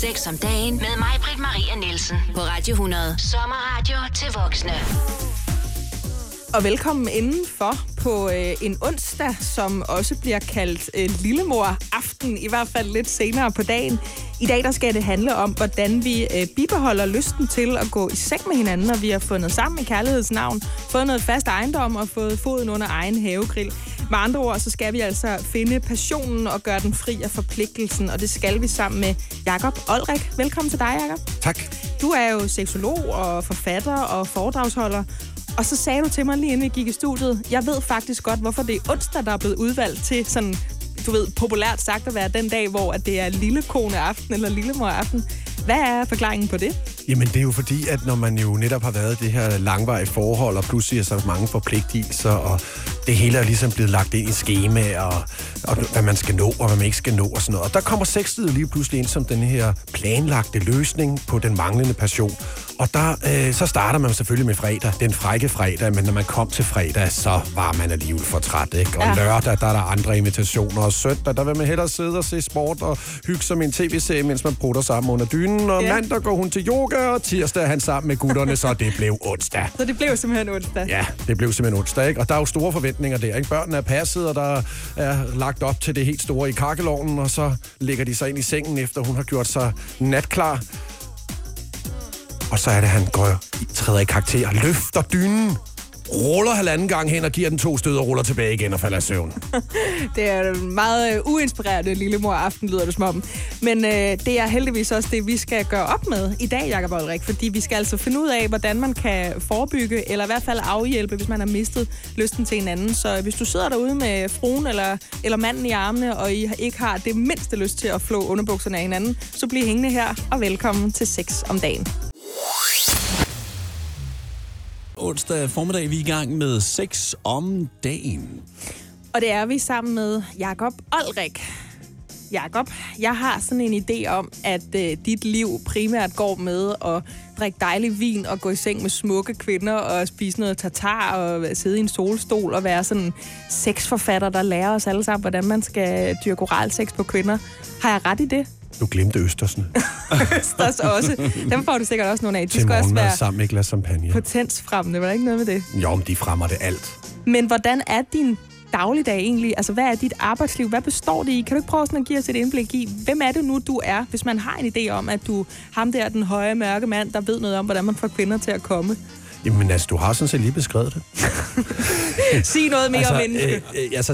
6 om dagen med mig, Britt Maria Nielsen, på Radio 100. Sommerradio til voksne. Og velkommen indenfor på en onsdag, som også bliver kaldt Lillemor Aften, i hvert fald lidt senere på dagen. I dag der skal det handle om, hvordan vi bibeholder lysten til at gå i seng med hinanden, når vi har fundet sammen i kærlighedsnavn, fået noget fast ejendom og fået foden under egen havegrill. Med andre ord, så skal vi altså finde passionen og gøre den fri af forpligtelsen, og det skal vi sammen med Jakob Olrik. Velkommen til dig, Jakob. Tak. Du er jo seksolog og forfatter og foredragsholder. Og så sagde du til mig lige inden vi gik i studiet, jeg ved faktisk godt, hvorfor det er onsdag, der er blevet udvalgt til sådan, du ved, populært sagt at være den dag, hvor det er lillekone aften eller lillemor aften. Hvad er forklaringen på det? Jamen, det er jo fordi, at når man jo netop har været i det her langvarige forhold, og pludselig er så mange forpligtelser, og det hele er ligesom blevet lagt ind i skema, og hvad man skal nå, og hvad man ikke skal nå, og sådan noget. Og der kommer sexlivet lige pludselig ind som den her planlagte løsning på den manglende passion. Og der, så starter man selvfølgelig med fredag, den frække fredag, men når man kom til fredag, så var man alligevel for træt, ikke? Og lørdag, der er der andre invitationer, og søndag, der vil man hellere sidde og se sport og hygge sig med en tv-serie, mens man prutter sammen under dynen, og mandag går hun til yoga, og tirsdag er han sammen med gutterne, så det blev onsdag. Så det blev simpelthen onsdag? Ja, det blev simpelthen onsdag, ikke? Og der er jo store forventninger der, ikke? Børnene er passet, og der er lagt op til det helt store i kakkelovnen, og så lægger de sig ind i sengen, efter hun har gjort sig natklar. Og så er det, han træder i karakter, løfter dynen, ruller halvanden gang hen og giver den 2 stød og ruller tilbage igen og falder i søvn. Det er meget uinspirerende lillemor aften, lyder det som om. Men det er heldigvis også det, vi skal gøre op med i dag, Jakob Olrik. Fordi vi skal altså finde ud af, hvordan man kan forebygge, eller i hvert fald afhjælpe, hvis man har mistet lysten til hinanden. Så hvis du sidder derude med fruen eller manden i armene, og I ikke har det mindste lyst til at flå underbukserne af hinanden, så bliv hængende her, og velkommen til 6 om dagen. Onsdag formiddag, vi er i gang med 6 om dagen. Og det er vi sammen med Jakob Olrik. Jakob, jeg har sådan en idé om, at dit liv primært går med at drikke dejlig vin og gå i seng med smukke kvinder og spise noget tartar og sidde i en solstol og være sådan en sexforfatter, der lærer os alle sammen, hvordan man skal dyrke oralsex på kvinder. Har jeg ret i det? Du glemte østersne. Østers også. Dem får du sikkert også nogle af. De til skal også være sammen med et glas champagne. Potensfremmende, var der ikke noget med det? Jo, men de fremmer det alt. Men hvordan er din dagligdag egentlig? Altså, hvad er dit arbejdsliv? Hvad består det i? Kan du ikke prøve sådan at give os et indblik i, hvem er det nu, du er, hvis man har en idé om, at du ham der, den høje, mørke mand, der ved noget om, hvordan man får kvinder til at komme? Jamen altså, du har sådan set lige beskrevet det. Sig noget mere om menneske.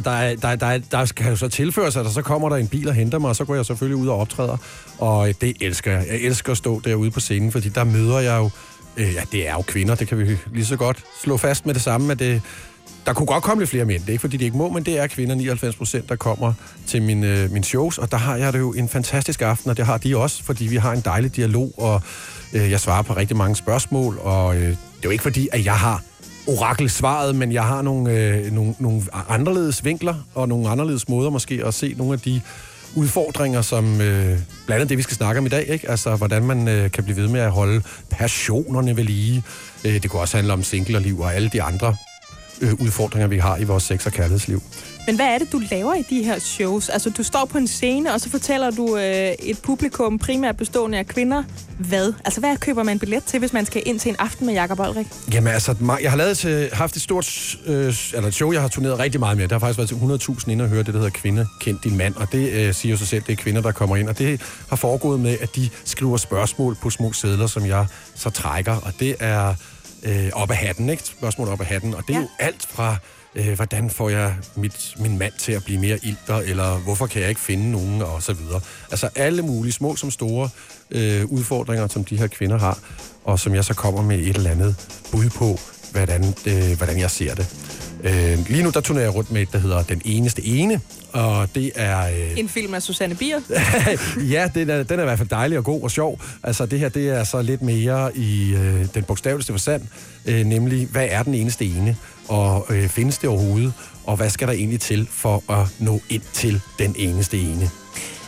Der kan jo så tilføre sig, og så kommer der en bil og henter mig, og så går jeg selvfølgelig ud og optræder. Og det elsker jeg. Jeg elsker at stå derude på scenen, fordi der møder jeg jo, det er jo kvinder, det kan vi lige så godt slå fast med det samme, at det, der kunne godt komme lidt flere mænd. Det er ikke, fordi de ikke må, men det er kvinder 99%, der kommer til min shows, og der har jeg det jo en fantastisk aften, og det har de også, fordi vi har en dejlig dialog, og jeg svarer på rigtig mange spørgsmål, og det er jo ikke fordi, at jeg har orakelsvaret, men jeg har nogle anderledes vinkler, og nogle anderledes måder måske at se nogle af de udfordringer, som blandt andet det, vi skal snakke om i dag, ikke? Altså, hvordan man kan blive ved med at holde passionerne ved lige. Det kunne også handle om singlerliv og alle de andre udfordringer, vi har i vores sex- og kærlighedsliv. Men hvad er det, du laver i de her shows? Altså, du står på en scene, og så fortæller du et publikum, primært bestående af kvinder, hvad? Altså, hvad køber man billet til, hvis man skal ind til en aften med Jakob Olrik? Jamen, altså, jeg har haft et stort et show, jeg har turneret rigtig meget med. Der har faktisk været til 100.000 inde og høre det, der hedder Kvinde, kend din mand. Og det siger jo sig selv, det er kvinder, der kommer ind. Og det har foregået med, at de skriver spørgsmål på små sedler, som jeg så trækker. Og det er op af hatten, ikke? Spørgsmål op af hatten. Og det er jo alt fra hvordan får jeg min mand til at blive mere ilter, eller hvorfor kan jeg ikke finde nogen, og så videre. Altså alle mulige små som store udfordringer, som de her kvinder har, og som jeg så kommer med et eller andet bud på, hvordan jeg ser det. Lige nu, der turnerer jeg rundt med et, der hedder Den Eneste Ene, og det er en film af Susanne Bier? Ja, den er i hvert fald dejlig og god og sjov. Altså, det her, det er så lidt mere i den bogstaveligste forstand, nemlig, hvad er den eneste ene? Og findes det overhovedet? Og hvad skal der egentlig til for at nå ind til den eneste ene?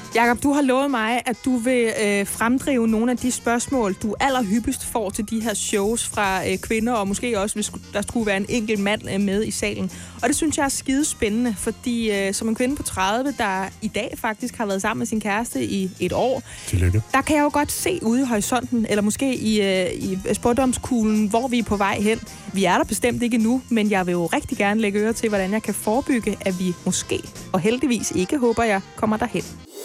Jakob, du har lovet mig, at du vil fremdrive nogle af de spørgsmål, du allerhyppigst får til de her shows fra kvinder, og måske også, hvis der skulle være en enkelt mand med i salen. Og det synes jeg er skide spændende, fordi som en kvinde på 30, der i dag faktisk har været sammen med sin kæreste i et år, Tillykke. Der kan jeg jo godt se ude i horisonten, eller måske i spådomskuglen, hvor vi er på vej hen. Vi er der bestemt ikke endnu, men jeg vil jo rigtig gerne lægge øre til, hvordan jeg kan forebygge, at vi måske, og heldigvis ikke, håber jeg, kommer derhen.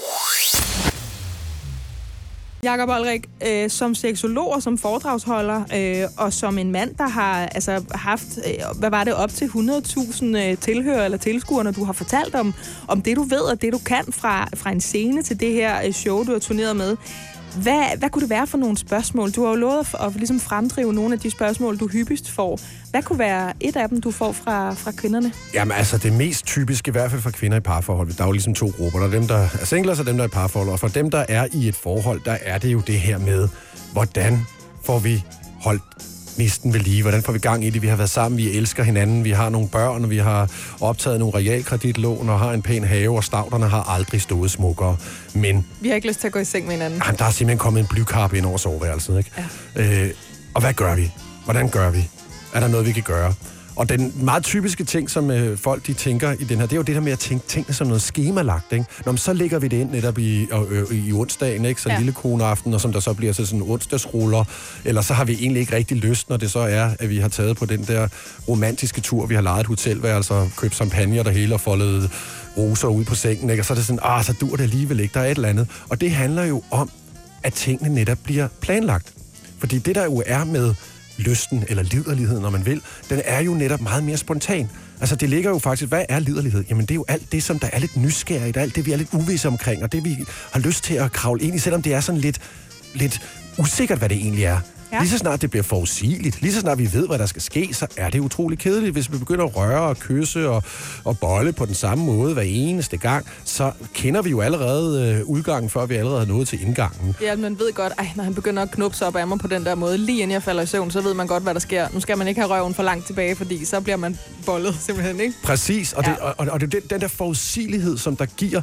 Jakob Olrik, som seksolog og som foredragsholder, og som en mand, der har haft, op til 100.000 tilhørere eller tilskuere, når du har fortalt om det, du ved og det, du kan fra en scene til det her show, du har turneret med. Hvad kunne det være for nogle spørgsmål? Du har jo lovet at ligesom fremdrive nogle af de spørgsmål, du hyppigst får. Hvad kunne være et af dem, du får fra kvinderne? Jamen altså, det mest typiske, i hvert fald for kvinder i parforhold, der er jo ligesom 2 grupper. Der er dem, der er singler, og dem, der er i parforhold. Og for dem, der er i et forhold, der er det jo det her med, hvordan får vi holdt gnisten ved lige? Hvordan får vi gang i det? Vi har været sammen, vi elsker hinanden, vi har nogle børn, og vi har optaget nogle realkreditlån, og har en pæn have, og stavterne har aldrig stået smukkere. Men vi har ikke lyst til at gå i seng med hinanden. Jamen, der er simpelthen kommet en blykarp ind over soveværelset, ikke? Ja. Og hvad gør vi? Hvordan gør vi? Er der noget, vi kan gøre? Og den meget typiske ting, som folk de tænker i den her, det er jo det der med at tænke tingene som noget skemalagt, ikke? Nå, men så lægger vi det ind netop i onsdagen, ikke? Så lille koneaften, og som der så bliver sådan onsdagsruller. Eller så har vi egentlig ikke rigtig lyst, når det så er, at vi har taget på den der romantiske tur. Vi har lejet et hotelværelse og købt champagne og det hele og foldet roser ud på sengen, ikke? Og så er det sådan, så dur det alligevel ikke, der er et eller andet. Og det handler jo om, at tingene netop bliver planlagt. Fordi det der jo er med lysten eller liderligheden, når man vil, den er jo netop meget mere spontan. Altså, det ligger jo faktisk, hvad er liderlighed? Jamen, det er jo alt det, som der er lidt nysgerrigt, alt det, vi er lidt uvisse omkring, og det, vi har lyst til at kravle ind i, selvom det er sådan lidt usikkert, hvad det egentlig er. Ja. Lige så snart det bliver forudsigeligt, lige så snart vi ved, hvad der skal ske, så er det utroligt kedeligt. Hvis vi begynder at røre og kysse og bolle på den samme måde hver eneste gang, så kender vi jo allerede udgangen, før vi allerede er nået til indgangen. Ja, man ved godt, når han begynder at knuppe sig op af mig på den der måde, lige inden jeg falder i søvn, så ved man godt, hvad der sker. Nu skal man ikke have røven for langt tilbage, fordi så bliver man bollet simpelthen, ikke? Præcis, og, og det er den der forudsigelighed, som der giver,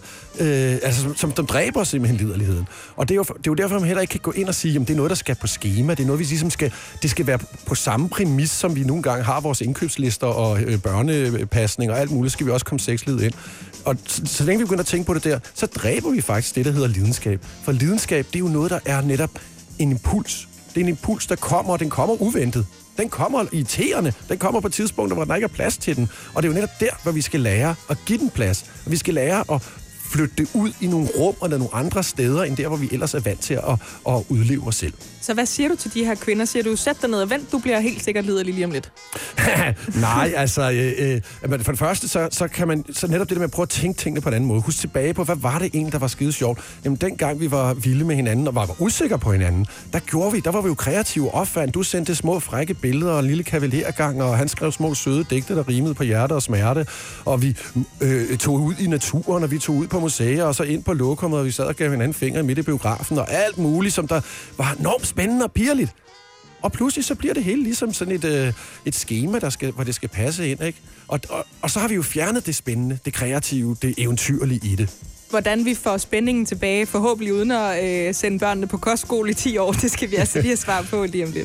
som dræber simpelthen liderligheden. Og det er jo derfor, man heller ikke kan gå ind og sige, at det er noget, der skal på skema, det er noget, vi ligesom det skal være på samme præmis, som vi nogle gange har vores indkøbslister og børnepasning og alt muligt, skal vi også komme sexlivet ind. Og så længe vi begynder at tænke på det der, så dræber vi faktisk det, der hedder lidenskab. For lidenskab, det er jo noget, der er netop en impuls. Det er en impuls, der kommer, og den kommer uventet. Den kommer irriterende. Den kommer på tidspunkter, hvor der ikke er plads til den. Og det er jo netop der, hvor vi skal lære at give den plads. Og vi skal lære at flytte det ud i nogle rum eller nogle andre steder, end der, hvor vi ellers er vant til at udleve os selv. Så hvad siger du til de her kvinder? Siger du, sæt dig ned og vent, du bliver helt sikkert liderlig lige om lidt? Nej, altså, for det første, så kan man så netop det der med at prøve at tænke tingene på en anden måde. Husk tilbage på, hvad var det egentlig, der var skide sjovt? Jamen, dengang vi var vilde med hinanden og var usikre på hinanden, der var vi jo kreative opfand. Du sendte små frække billeder og en lille kavalergang, og han skrev små søde digte, der rimede på hjerte og smerte. Og vi tog ud i naturen, og vi tog ud på museer, og så ind på lokummet, og vi sad og gav hinanden fingre midt i biografen, og alt muligt, som der var enormt spændende og pirligt. Og pludselig så bliver det hele ligesom sådan et skema, hvor det skal passe ind, ikke? Og så har vi jo fjernet det spændende, det kreative, det eventyrlige i det. Hvordan vi får spændingen tilbage, forhåbentlig uden at sende børnene på kostskole i 10 år, det skal vi altså lige have svar på lige om lidt.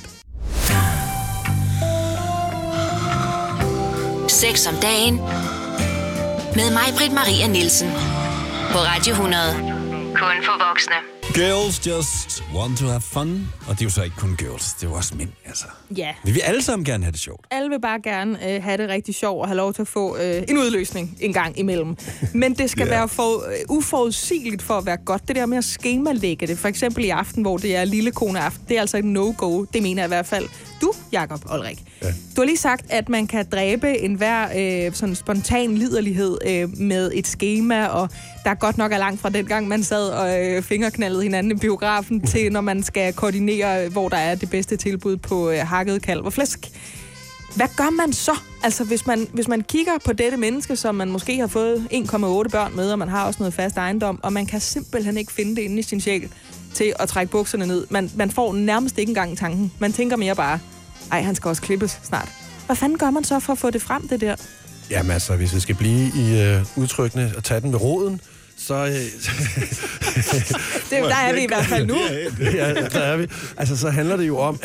6 om dagen med mig, Britt Maria Nielsen, på Radio 100. Kun for voksne. Girls just want to have fun. Og det er jo så ikke kun girls, det er jo også mænd, altså. Ja. Vi vil alle sammen gerne have det sjovt. Alle vil bare gerne have det rigtig sjovt og have lov til at få en udløsning en gang imellem. Men det skal være uforudsigeligt for at være godt. Det der med at skemalægge det, for eksempel i aften, hvor det er lille koneaften, det er altså et no-go. Det mener jeg i hvert fald. Du, Jakob Olrik, du har lige sagt, at man kan dræbe enhver sådan spontan liderlighed med et skema, og der er godt nok langt fra den gang, man sad og fingerknaldede hinanden i biografen, til når man skal koordinere, hvor der er det bedste tilbud på hakket kalv og flæsk. Hvad gør man så? Altså, hvis man kigger på dette menneske, som man måske har fået 1,8 børn med, og man har også noget fast ejendom, og man kan simpelthen ikke finde det inde i sin sjæl til at trække bukserne ned. Man får nærmest ikke engang tanken. Man tænker mere bare, han skal også klippes snart. Hvad fanden gør man så for at få det frem, det der? Jamen altså, hvis vi skal blive i udtrykkene og tage den med roden, Der er vi i hvert fald nu. Ja, der er vi. Altså, så handler det jo om,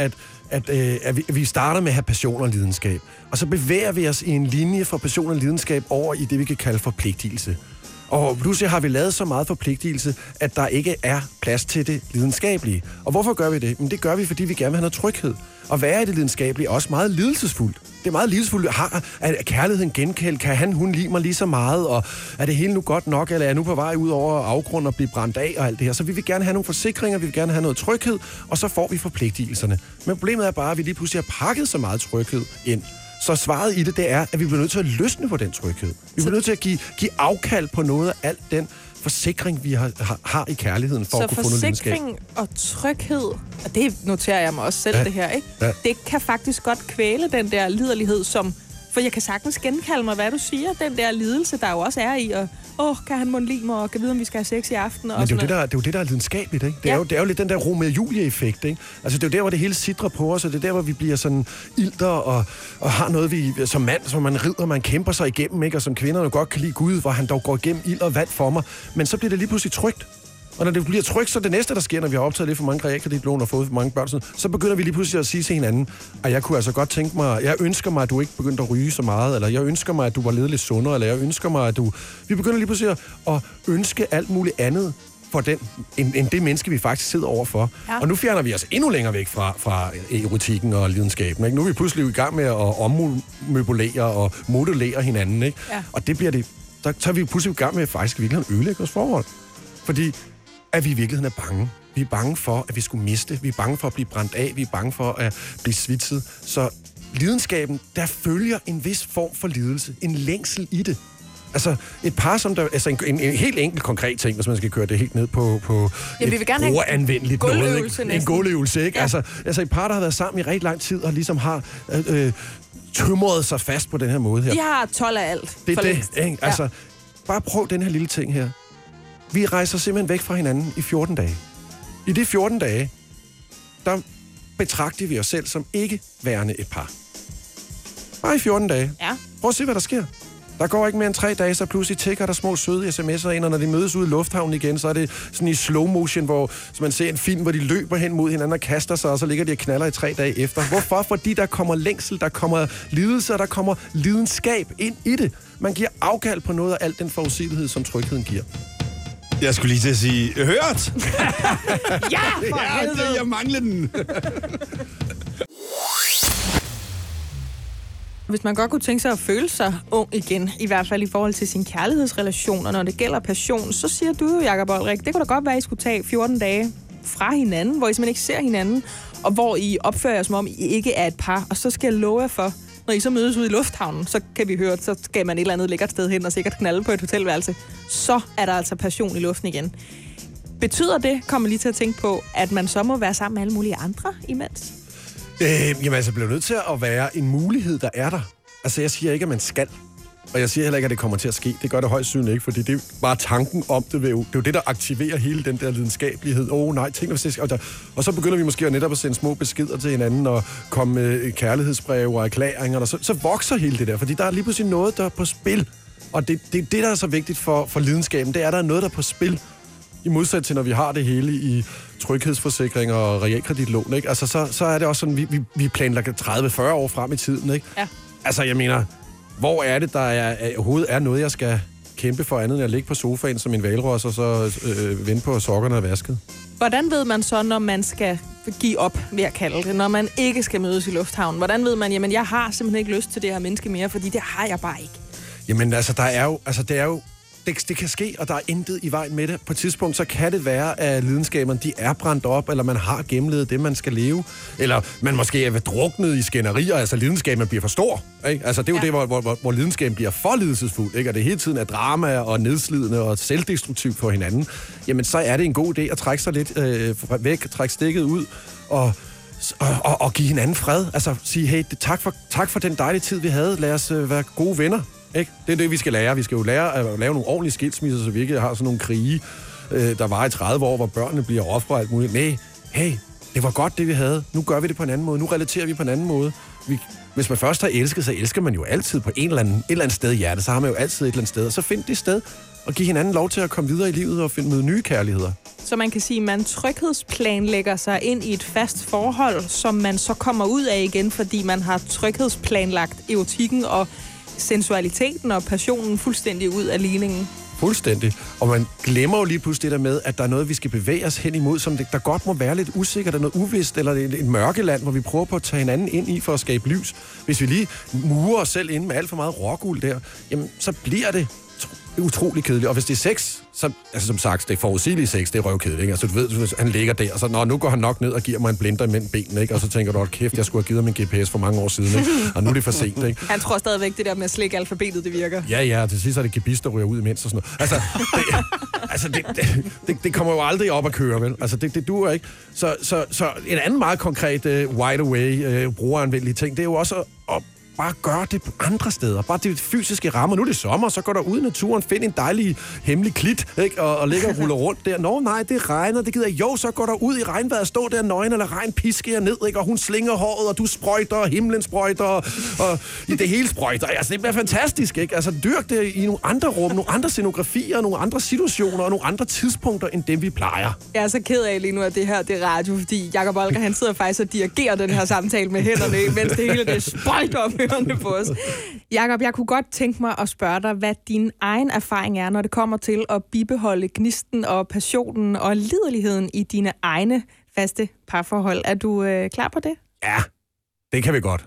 at vi starter med at have passion og lidenskab. Og så bevæger vi os i en linje fra passion og lidenskab over i det, vi kan kalde forpligtelse. Og pludselig har vi lavet så meget forpligtelse, at der ikke er plads til det lidenskabelige. Og hvorfor gør vi det? Men det gør vi, fordi vi gerne vil have noget tryghed. Og være i det lidenskabelige er også meget lidelsesfuldt. Det er meget lidelsesfuldt. Er kærligheden gengældt? Kan hun lide mig lige så meget? Og er det hele nu godt nok? Eller er jeg nu på vej ud over afgrund og blive brændt af og alt det her? Så vi vil gerne have nogle forsikringer, vi vil gerne have noget tryghed, og så får vi forpligtelserne. Men problemet er bare, at vi lige pludselig har pakket så meget tryghed ind. Så svaret i det er, at vi bliver nødt til at løsne på den tryghed. Vi bliver nødt til at give afkald på noget af alt den forsikring, vi har i kærligheden, for at kunne få noget lidenskab. Så forsikring og tryghed, og det noterer jeg mig også selv, det her, ikke? Ja. Det kan faktisk godt kvæle den der liderlighed, for jeg kan sagtens genkalde mig, hvad du siger, den der lidelse, der jo også er i, og kan han mon lide mig, og kan vide, om vi skal have sex i aften, og men det er jo det, der er lidenskabeligt, ikke? Det er jo lidt den der Romeo-Julie-effekt, ikke? Altså, det er jo der, hvor det hele sidrer på os, og det er der, hvor vi bliver sådan ilter og har noget, vi som mand, som man rider, man kæmper sig igennem, ikke? Og som kvinderne godt kan lide Gud, hvor han dog går igennem ild og vand for mig. Men så bliver det lige pludselig trygt. Og når det bliver trygt, så det næste, der sker, når vi har optaget lidt for mange realkreditlån og fået for mange børn, så begynder vi lige pludselig at sige til hinanden, at jeg kunne altså godt tænke mig, jeg ønsker mig, at du ikke begyndte at ryge så meget, eller jeg ønsker mig, at du var lidt sundere, eller jeg ønsker mig, at du... Vi begynder lige pludselig at ønske alt muligt andet for end det menneske, vi faktisk sidder overfor. Ja. Og nu fjerner vi os endnu længere væk fra erotikken og lidenskaben. Ikke? Nu er vi pludselig i gang med at ommøblere og modellere hinanden. Ikke? Ja. Og det bliver det... Så er vi pludselig i gang med faktisk virkelig at ødelægge vores forhold. Fordi at vi i virkeligheden er bange. Vi er bange for, at vi skulle miste. Vi er bange for at blive brændt af. Vi er bange for at blive svitset. Så lidenskaben, der følger en vis form for lidelse. En længsel i det. Altså et par, som der... Altså en helt enkelt konkret ting, hvis man skal køre det helt ned på et brugeranvendeligt noget. En gulvøvelse, ikke? Ja. Altså et par, der har været sammen i rigtig lang tid, og ligesom har... tømret sig fast på den her måde her. De har 12 af alt. Det er det, ikke? Altså, bare prøv den her lille ting her. Vi rejser simpelthen væk fra hinanden i 14 dage. I de 14 dage, der betragter vi os selv som ikke værende et par. Bare i 14 dage. Ja. Prøv at se, hvad der sker. Der går ikke mere end 3 dage, så pludselig tækker der små søde sms'er ind, og når de mødes ude i lufthavnen igen, så er det sådan i slow motion, hvor man ser en film, hvor de løber hen mod hinanden og kaster sig, og så ligger de og knaller i 3 dage efter. Hvorfor? Fordi der kommer længsel, der kommer lidelse, og der kommer lidenskab ind i det. Man giver afkald på noget af al den forudsigelighed, som trygheden giver. Jeg skulle lige til at sige, hørt! Ja, for helvede! Jeg mangler den. Hvis man godt kunne tænke sig at føle sig ung igen, i hvert fald i forhold til sine kærlighedsrelationer, når det gælder passion, så siger du jo, Jakob Olrik, det kunne da godt være, at I skulle tage 14 dage fra hinanden, hvor I simpelthen ikke ser hinanden, og hvor I opfører jer, som om I ikke er et par. Og så skal jeg love jer for, når I så mødes ude i lufthavnen, så kan vi høre, så skal man et eller andet lækkert sted hen og sikkert knalde på et hotelværelse. Så er der altså passion i luften igen. Betyder det, kommer lige til at tænke på, at man så må være sammen med alle mulige andre imens? Jamen altså, bliver nødt til at være en mulighed, der er der. Altså, jeg siger ikke, at man skal. Og jeg siger heller ikke, at det kommer til at ske. Det gør det højst synligt ikke, fordi det er bare tanken om det. Det er jo det, der aktiverer hele den der lidenskabelighed. Nej, tænk hvis det skal. Og så begynder vi måske netop at sende små beskeder til hinanden og komme med kærlighedsbreve og erklæringer. Og så vokser hele det der, fordi der er lige pludselig noget, der er på spil. Og det der er så vigtigt for lidenskaben, det er, at der er noget, der er på spil. I modsat til, når vi har det hele i tryghedsforsikringer og realkreditlån, ikke? Altså, så er det også sådan, vi planlægger 30-40 år frem i tiden, ikke? Ja. Altså, jeg mener, hvor er det, der overhovedet er noget, jeg skal kæmpe for andet, end at ligge på sofaen som en hvalros, og så vente på, at sokkerne er vasket? Hvordan ved man så, når man skal give op, ved at kalde det, når man ikke skal mødes i lufthavnen? Hvordan ved man, jamen, jeg har simpelthen ikke lyst til det her menneske mere, fordi det har jeg bare ikke? Jamen, altså, det kan ske, og der er intet i vejen med det. På et tidspunkt, så kan det være, at lidenskaberne, de er brændt op, eller man har gennemlevet det, man skal leve. Eller man måske er druknet i skænderier, altså lidenskaben bliver for stor. Ikke? Altså, det er jo det, hvor lidenskaben bliver for lidelsesfuld, ikke? Og det hele tiden er drama og nedslidende og selvdestruktivt for hinanden. Jamen, så er det en god idé at trække sig lidt væk, trække stikket ud og give hinanden fred. Altså, sige, hey, tak for den dejlige tid, vi havde. Lad os være gode venner. Ikke? Det er det, vi skal lære. Vi skal jo lære at lave nogle ordentlige skilsmisser, så vi ikke har sådan nogle krige, der var i 30 år, hvor børnene bliver ofre og alt muligt. Nej, hey, det var godt, det vi havde. Nu gør vi det på en anden måde. Nu relaterer vi på en anden måde. hvis man først har elsket, så elsker man jo altid på et eller andet sted i hjertet. Så har man jo altid et eller andet sted. Og så find det sted og give hinanden lov til at komme videre i livet og møde nye kærligheder. Så man kan sige, at man tryghedsplanlægger sig ind i et fast forhold, som man så kommer ud af igen, fordi man har tryghedsplanlagt erotikken og sensualiteten og passionen fuldstændig ud af ligningen. Fuldstændig. Og man glemmer jo lige pludselig det der med, at der er noget, vi skal bevæge os hen imod, som der godt må være lidt usikkert, eller noget uvist, eller et mørkeland, hvor vi prøver på at tage hinanden ind i for at skabe lys. Hvis vi lige murer os selv ind med alt for meget råguld der, jamen, så bliver det utrolig kedeligt. Og hvis det er sex, så, altså som sagt, det er forudsigeligt sex, det er røvkedeligt, ikke? Altså du ved, han ligger der, og så nu går han nok ned og giver mig en blender imellem benene, ikke? Og så tænker du, kæft, jeg skulle have givet min GPS for mange år siden, ikke? Og nu er det for sent, ikke? Han tror stadigvæk, det der med at slikke alfabetet, det virker. Ja, til sidst er det gebis, der ryger ud imens og sådan noget. Altså, det kommer jo aldrig op at køre, vel? Altså, det duer ikke. Så en anden meget konkret wide away brugeranvendelig ting, det er jo også at bare gøre det på andre steder. Bare det fysiske rammer. Nu er det sommer, så går der ud i naturen, find en dejlig hemmelig klit, ikke? Og ligger og ruller rundt der. Nå, nej, det regner, det gider jeg. Jo, så går der ud i regnvejret, stå der nøgen, eller regn pisker ned, ikke? Og hun slinger håret, og du sprøjter, og himlen sprøjter, og det hele sprøjter. Altså, det bliver fantastisk, ikke? Altså, dyrk det i nogle andre rum, nogle andre scenografier, nogle andre situationer, og nogle andre tidspunkter, end dem vi plejer. Jeg er så ked af lige nu, at det her det er radio, fordi Jakob Olger, han sidder faktisk og dirigerer den her samtale med hænderne, mens det hele det sprøjter op på os. Jakob, jeg kunne godt tænke mig at spørge dig, hvad din egen erfaring er, når det kommer til at bibeholde gnisten og passionen og liderligheden i dine egne faste parforhold. Er du klar på det? Ja, det kan vi godt.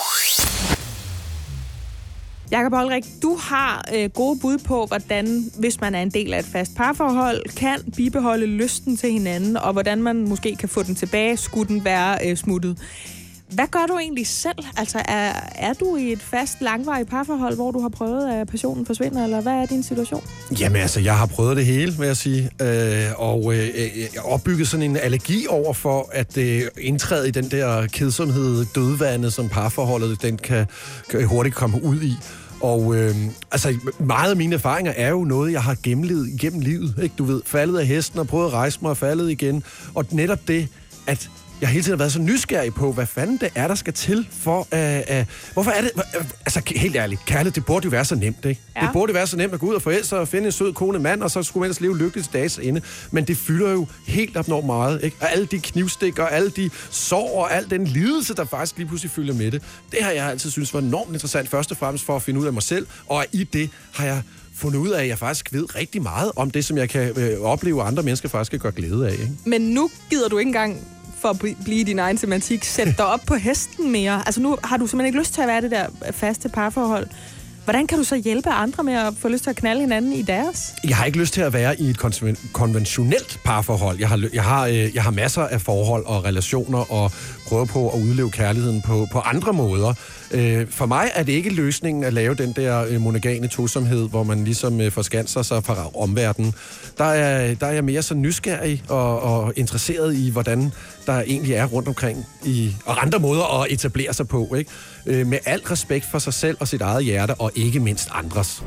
Jakob Olrik, du har gode bud på, hvordan, hvis man er en del af et fast parforhold, kan bibeholde lysten til hinanden, og hvordan man måske kan få den tilbage, skulle den være smuttet. Hvad gør du egentlig selv? Altså, er du i et fast, langvarigt parforhold, hvor du har prøvet, at passionen forsvinder, eller hvad er din situation? Jamen altså, jeg har prøvet det hele, vil jeg sige, og jeg har opbygget sådan en allergi over for at indtræde i den der kedsomhed, dødvande, som parforholdet den kan hurtigt komme ud i. Og altså, meget af mine erfaringer er jo noget, jeg har gennemlevet igennem livet, ikke? Du ved, faldet af hesten og prøvet at rejse mig og faldet igen. Og netop det, at jeg har hele tiden været så nysgerrig på, hvad fanden det er, der skal til for... hvorfor er det... Altså, helt ærligt, kærlighed, det burde jo være så nemt, ikke? Ja. Det burde jo være så nemt at gå ud og forelske sig og finde en sød kone mand, og så skulle man ellers leve lykkeligt til dages ende. Men det fylder jo helt abnormt meget, ikke? Og alle de knivstikker, og alle de sår, og al den lidelse, der faktisk lige pludselig følger med det. Det har jeg altid synes var enormt interessant, først og fremmest for at finde ud af mig selv, og i det har jeg fundet ud af, at jeg faktisk ved rigtig meget om det, som jeg kan opleve, at andre mennesker faktisk kan gøre glæde af, ikke? Men nu gider du ikke engang for at blive i din egen semantik, sætte dig op på hesten mere. Altså nu har du simpelthen ikke lyst til at være det der faste parforhold. Hvordan kan du så hjælpe andre med at få lyst til at knalde hinanden i deres? Jeg har ikke lyst til at være i et konventionelt parforhold. Jeg har masser af forhold og relationer og prøver på at udleve kærligheden på andre måder. For mig er det ikke løsningen at lave den der monogame tosomhed, hvor man ligesom forskanser sig fra omverdenen. Der er jeg mere så nysgerrig og interesseret i, hvordan der egentlig er rundt omkring og andre måder at etablere sig på, ikke? Med al respekt for sig selv og sit eget hjerte, og ikke mindst andres.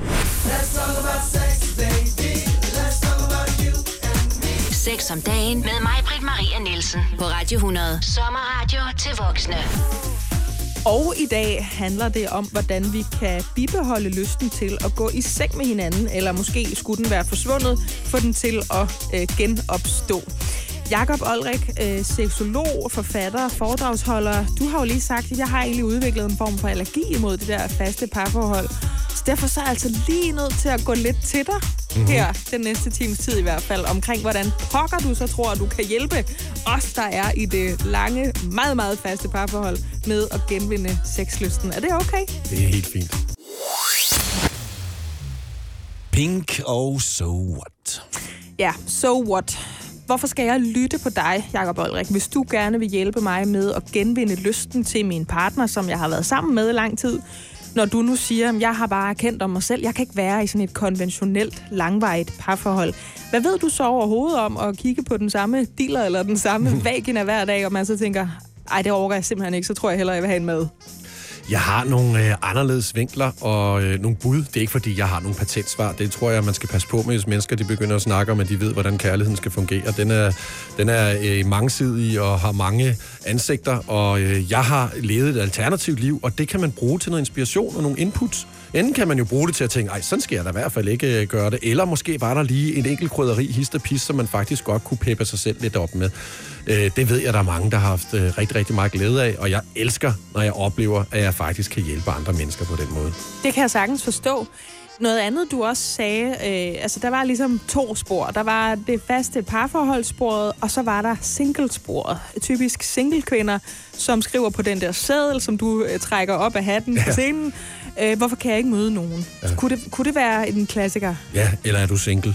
Sex om dagen med mig, Britt Maria Nielsen, på Radio 100. Sommerradio til voksne. Og i dag handler det om, hvordan vi kan bibeholde lysten til at gå i seng med hinanden, eller måske skulle den være forsvundet, få den til at genopstå. Jakob Olrik, seksolog, forfatter, foredragsholder. Du har jo lige sagt, at jeg har egentlig udviklet en form for allergi imod det der faste parforhold. Så derfor så er jeg altså lige nødt til at gå lidt til dig her den næste times tid i hvert fald, omkring hvordan pokker du så tror, at du kan hjælpe os, der er i det lange, meget, meget faste parforhold med at genvinde sexlysten. Er det okay? Det er helt fint. Pink og So What? Ja, So What? Hvorfor skal jeg lytte på dig, Jakob Olrik, hvis du gerne vil hjælpe mig med at genvinde lysten til min partner, som jeg har været sammen med i lang tid? Når du nu siger, at jeg har bare kendt om mig selv, jeg kan ikke være i sådan et konventionelt, langvarigt parforhold. Hvad ved du så overhovedet om at kigge på den samme diller eller den samme vagina hver dag, og man så tænker, ej, det overgår jeg simpelthen ikke, så tror jeg hellere, jeg vil have en mad? Jeg har nogle anderledes vinkler og nogle bud. Det er ikke, fordi jeg har nogle patentsvar. Det tror jeg, man skal passe på med, hvis mennesker de begynder at snakke om, at de ved, hvordan kærligheden skal fungere. Den er mangesidig og har mange ansigter, og jeg har levet et alternativt liv, og det kan man bruge til noget inspiration og nogle inputs. Enten kan man jo bruge det til at tænke, ej, sådan skal jeg da i hvert fald ikke gøre det, eller måske var der lige en enkelt krydderi, hist og pis, som man faktisk godt kunne peppe sig selv lidt op med. Det ved jeg, der er mange, der har haft rigtig, rigtig meget glæde af, og jeg elsker, når jeg oplever, at jeg faktisk kan hjælpe andre mennesker på den måde. Det kan jeg sagtens forstå. Noget andet, du også sagde, altså der var ligesom 2 spor. Der var det faste parforholdssporet, og så var der singlesporet. Typisk singlekvinder, som skriver på den der seddel, som du trækker op af hatten på scenen. Hvorfor kan jeg ikke møde nogen? Ja. Kunne det være en klassiker? Ja, eller er du single?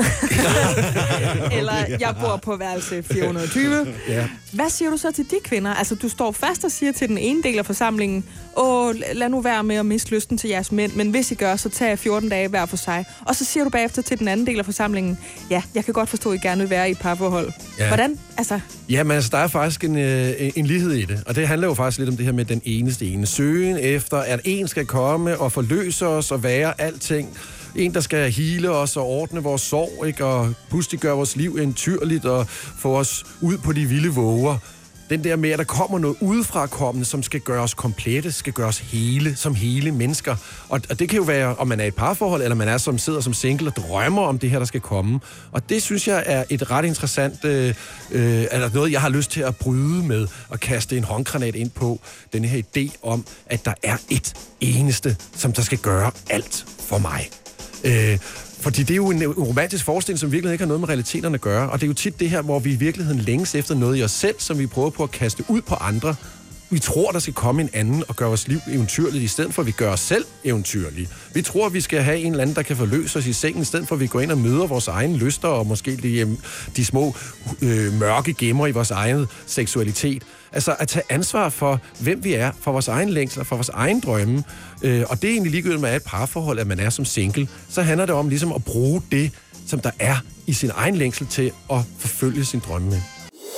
Eller jeg bor på værelse 420. Ja. Hvad siger du så til de kvinder? Altså, du står fast og siger til den ene del af forsamlingen, lad nu være med at miste lysten til jeres mænd, men hvis I gør, så tag 14 dage hver for sig. Og så siger du bagefter til den anden del af forsamlingen, ja, jeg kan godt forstå, at I gerne vil være i et parforhold. Ja. Hvordan? Altså... Jamen, altså, der er faktisk en lighed i det, og det handler jo faktisk lidt om det her med den eneste ene. Søgen efter, at en skal komme og forløse os og være alting. En, der skal hele os og ordne vores sorg, ikke? Og pludselig gøre vores liv eventyrligt og få os ud på de vilde våger. Den der med, at der kommer noget udefrakommende, som skal gøre os komplette, skal gøre os hele, som hele mennesker. Og det kan jo være, om man er i et parforhold, eller man sidder som single og drømmer om det her, der skal komme. Og det synes jeg er et ret interessant, eller noget, jeg har lyst til at bryde med, og kaste en håndgranat ind på. Den her idé om, at der er et eneste, som der skal gøre alt for mig. Fordi det er jo en romantisk forestilling, som virkelig ikke har noget med realiteterne at gøre. Og det er jo tit det her, hvor vi i virkeligheden længes efter noget i os selv, som vi prøver på at kaste ud på andre. Vi tror, der skal komme en anden og gøre vores liv eventyrligt, i stedet for at vi gør os selv eventyrlige. Vi tror, vi skal have en eller anden, der kan forløse os i sengen, i stedet for at vi går ind og møder vores egne lyster, og måske de små mørke gemmer i vores egen seksualitet. Altså at tage ansvar for, hvem vi er, for vores egen længsler, for vores egen drømme. Og det er egentlig ligegyldigt med et parforhold, at man er som single. Så handler det om ligesom at bruge det, som der er i sin egen længsel til at forfølge sin drømme med.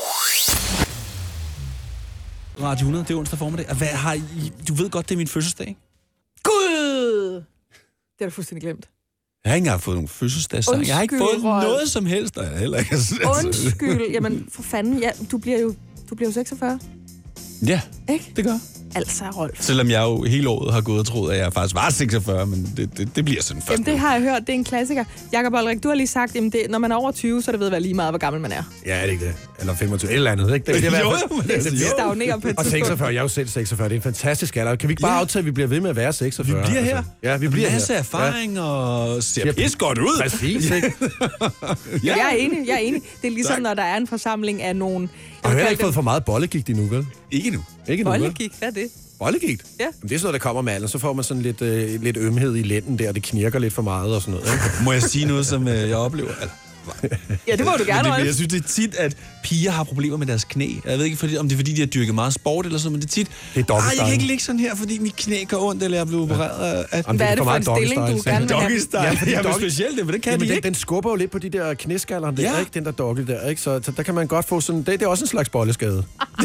Radio 100, det er onsdag formiddag. Hvad har I... Du ved godt, det er min fødselsdag, ikke? Gud! Det har du fuldstændig glemt. Jeg har ikke engang fået nogen fødselsdagssang. Jeg har ikke fået noget som helst, der jeg heller ikke har set. Undskyld. Jamen, for fanden. Ja, du bliver jo 46. Ja, ikke? Det gør. Altså, Rolf. Selvom jeg jo hele året har gået og troet, at jeg faktisk var 46, men det bliver sådan først. Jamen, det har jeg hørt. Det er en klassiker. Jakob Olrik, du har lige sagt, at når man er over 20, så er det ved at være lige meget, hvor gammel man er. Ja, det er ikke det. Eller 25, eller andet, ikke? Det stagnerer på et og 46, jeg er jo selv 46. Det er en fantastisk alder. Kan vi ikke bare aftale, at vi bliver ved med at være 46? Vi bliver her. Ja, vi bliver her. Masse erfaring og ser pis godt ud. Præcis, ikke? Ja. Jeg er enig. Det er ligesom, når der er en forsamling af nogen... Og jeg har ikke fået for meget bollegigt endnu, vel? Ikke nu. Bollegigt, hvad er det? Bollegigt? Ja. Men det er sådan noget, der kommer med alderen. Så får man sådan lidt ømhed i lænden der, og det knirker lidt for meget og sådan noget. Ikke? Må jeg sige noget, som jeg oplever? Ja, det må du gerne. Jeg synes, det er tit, at piger har problemer med deres knæ. Jeg ved ikke, om det er, fordi de har dyrket meget sport eller sådan, men det er tit... Det er jeg kan ikke ligge sådan her, fordi mit knæ går ondt, eller jeg er blevet opereret. Hvad er det for en stilling, du gerne vil have? Ja, men specielt det, men det kan de ikke. Den skubber jo lidt på de der knæskaller, der, ikke? Den der dogge der, ikke? Så der kan man godt få sådan... Det er også en slags bolleskade.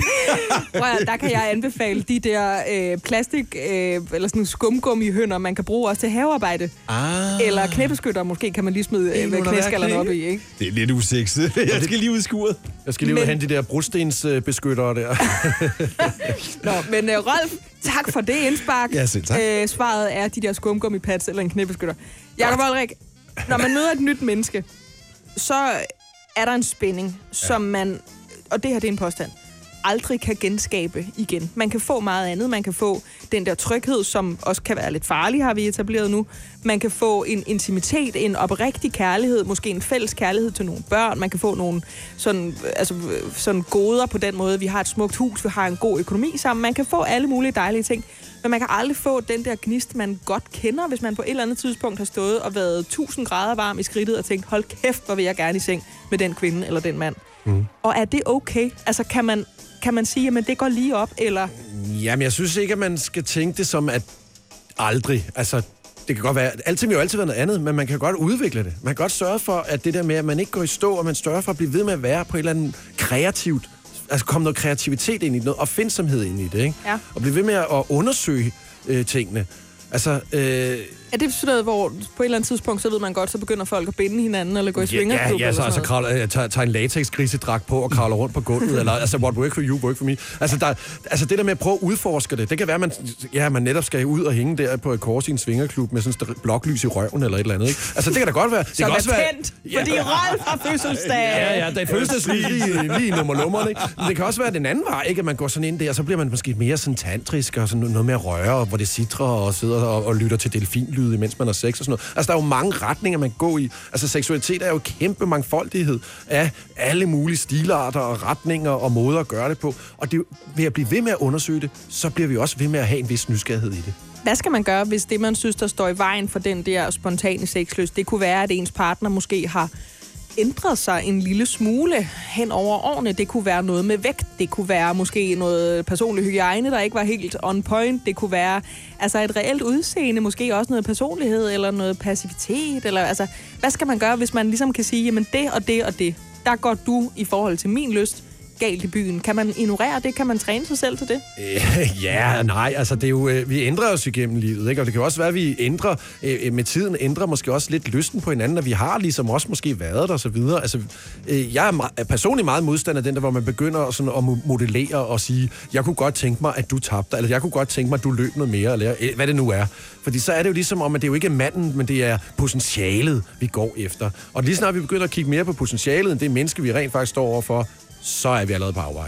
Der kan jeg anbefale de der plastik eller sådan skumgummihønder, man kan bruge også til havearbejde. Eller knæbeskytter, måske kan man lige smide knæskallerne op i, ikke? Det er lidt usexet. Jeg skal lige ud i skuret. Jeg skal lige ud og hente de der brudstensbeskyttere der. Nå, men Rolf, tak for det indspark. Ja, selv tak. Svaret er de der skumgummipads eller en knæbeskytter. Jakob Olrik, når man møder et nyt menneske, så er der en spænding, som man, og det her det er en påstand, aldrig kan genskabe igen. Man kan få meget andet. Man kan få den der tryghed, som også kan være lidt farlig, har vi etableret nu. Man kan få en intimitet, en oprigtig kærlighed, måske en fælles kærlighed til nogle børn. Man kan få nogle sådan goder på den måde. Vi har et smukt hus, vi har en god økonomi sammen. Man kan få alle mulige dejlige ting. Men man kan aldrig få den der gnist, man godt kender, hvis man på et eller andet tidspunkt har stået og været 1000 grader varm i skridtet og tænkt, hold kæft, hvor vil jeg gerne i seng med den kvinde eller den mand. Mm. Og er det okay? Altså, kan man sige, at det går lige op, eller? Jamen, jeg synes ikke, at man skal tænke det som, at aldrig. Altså, det kan godt være... Alting vil jo altid være noget andet, men man kan godt udvikle det. Man kan godt sørge for, at det der med, at man ikke går i stå, og man sørger for at blive ved med at være på et eller andet kreativt, komme noget kreativitet ind i det, noget opfindsomhed ind i det, ikke? Ja. Og blive ved med at undersøge tingene. Altså, er det sådan noget, hvor på et eller andet tidspunkt, så ved man godt, så begynder folk at binde hinanden, eller gå i svingerklub? Ja, så tager en latex-grisedragt på og kravler rundt på gulvet, eller altså, what work for you, work for me. Altså det der med at prøve at udforske det kan være, at man netop skal ud og hænge der på et kors i en svingerklub med sådan et bloklys i røven, eller et eller andet, ikke? Altså, det kan da godt være. Det som kan er også være, tændt, fordi Rolf har fødselsdag. Ja, det er fødselsdag lige i nummerlummerne, ikke? Men det kan også være den anden vej, ikke? At man går sådan ind der, og så bliver man måske mere sådan tantrisk, og sådan noget med at røre, hvor det sitrer og sidder og lytter til delfinlyde, mens man har sex og sådan noget. Altså, der er jo mange retninger, man går i. Altså, seksualitet er jo kæmpe mangfoldighed af alle mulige stilarter og retninger og måder at gøre det på. Og det, ved at blive ved med at undersøge det, så bliver vi også ved med at have en vis nysgerrighed i det. Hvad skal man gøre, hvis det, man synes, der står i vejen for den der spontane sexlyst, det kunne være, at ens partner måske har ændret sig en lille smule hen over årene. Det kunne være noget med vægt. Det kunne være måske noget personlig hygiejne, der ikke var helt on point. Det kunne være altså et reelt udseende, måske også noget personlighed eller noget passivitet. Eller, altså, hvad skal man gøre, hvis man ligesom kan sige, jamen det og det og det, der går du i forhold til min lyst galt i byen. Kan man ignorere det? Kan man træne sig selv til det? Altså det er jo, vi ændrer os igennem livet, ikke? Og det kan jo også være, at vi ændrer, med tiden ændrer måske også lidt lysten på hinanden, og vi har ligesom også måske været der og så videre. Altså, jeg er personligt meget modstander af den der, hvor man begynder sådan at modellere og sige, jeg kunne godt tænke mig, at du tabte, eller jeg kunne godt tænke mig, at du løb noget mere, eller hvad det nu er. Fordi så er det jo ligesom om, at det er jo ikke manden, men det er potentialet, vi går efter. Og lige snart vi begynder at kigge mere på potentialet, end det menneske, vi rent faktisk står overfor, så er vi allerede på afvej.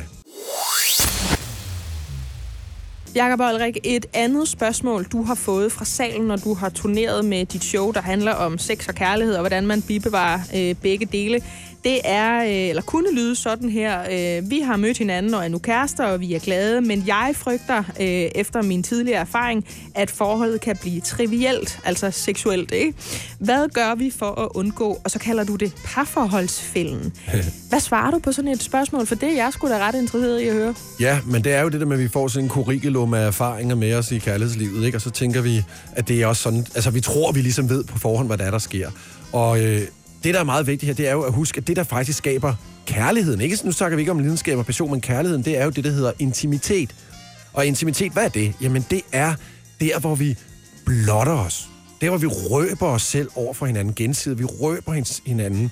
Jakob Olrik, et andet spørgsmål, du har fået fra salen, når du har turneret med dit show, der handler om sex og kærlighed, og hvordan man bibevarer begge dele, det er, eller kunne lyde sådan her, vi har mødt hinanden og er nu kærester, og vi er glade, men jeg frygter, efter min tidligere erfaring, at forholdet kan blive trivielt, altså seksuelt, ikke? Hvad gør vi for at undgå, og så kalder du det parforholdsfælden. Hvad svarer du på sådan et spørgsmål? For det er jeg sgu da ret interesseret i at høre. Ja, men det er jo det der med, at vi får sådan en curriculum af erfaringer med os i kærlighedslivet, ikke? Og så tænker vi, at det er også sådan, altså vi tror, vi ligesom ved på forhånd, hvad der sker. Og det, der er meget vigtigt her, det er jo at huske, at det, der faktisk skaber kærligheden, ikke? Nu snakker vi ikke om lidenskab og passion, men kærligheden, det er jo det, der hedder intimitet. Og intimitet, hvad er det? Jamen, det er der, hvor vi blotter os. Der, hvor vi røber os selv over for hinanden gensidigt. Vi røber hinanden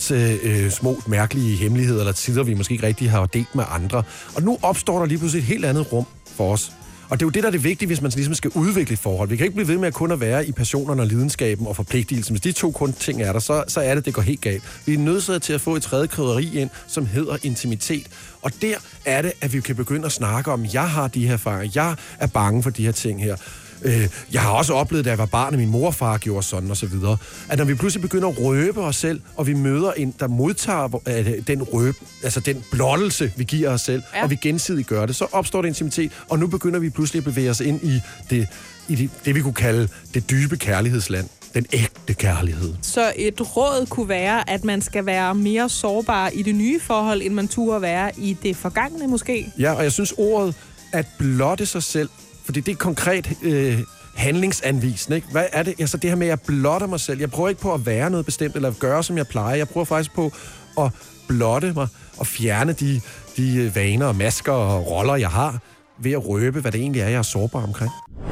små, mærkelige hemmeligheder, eller tider, vi måske ikke rigtig har delt med andre. Og nu opstår der lige pludselig et helt andet rum for os. Og det er jo det, der er det vigtige, hvis man ligesom skal udvikle et forhold. Vi kan ikke blive ved med at kun at være i passionerne og lidenskaben og forpligtelsen. Hvis de to kun ting er der, så er det går helt galt. Vi er nødsaget til at få et tredje krydderi ind, som hedder intimitet. Og der er det, at vi kan begynde at snakke om, jeg har de her erfaringer, jeg er bange for de her ting her. Jeg har også oplevet, da jeg var barn, at min mor og far gjorde sådan og så videre. At når vi pludselig begynder at røbe os selv, og vi møder en, der modtager den røbe, altså den blottelse, vi giver os selv, og vi gensidigt gør det, så opstår det intimitet, og nu begynder vi pludselig at bevæge os ind i det vi kunne kalde det dybe kærlighedsland. Den ægte kærlighed. Så et råd kunne være, at man skal være mere sårbar i det nye forhold, end man turde være i det forgangne måske? Ja, og jeg synes ordet at blotte sig selv, fordi det er konkret handlingsanvisende, ikke? Hvad er det? Altså det her med, at jeg blotter mig selv. Jeg prøver ikke på at være noget bestemt, eller gøre, som jeg plejer. Jeg prøver faktisk på at blotte mig og fjerne de vaner og masker og roller, jeg har, ved at røbe, hvad det egentlig er, jeg er sårbar omkring.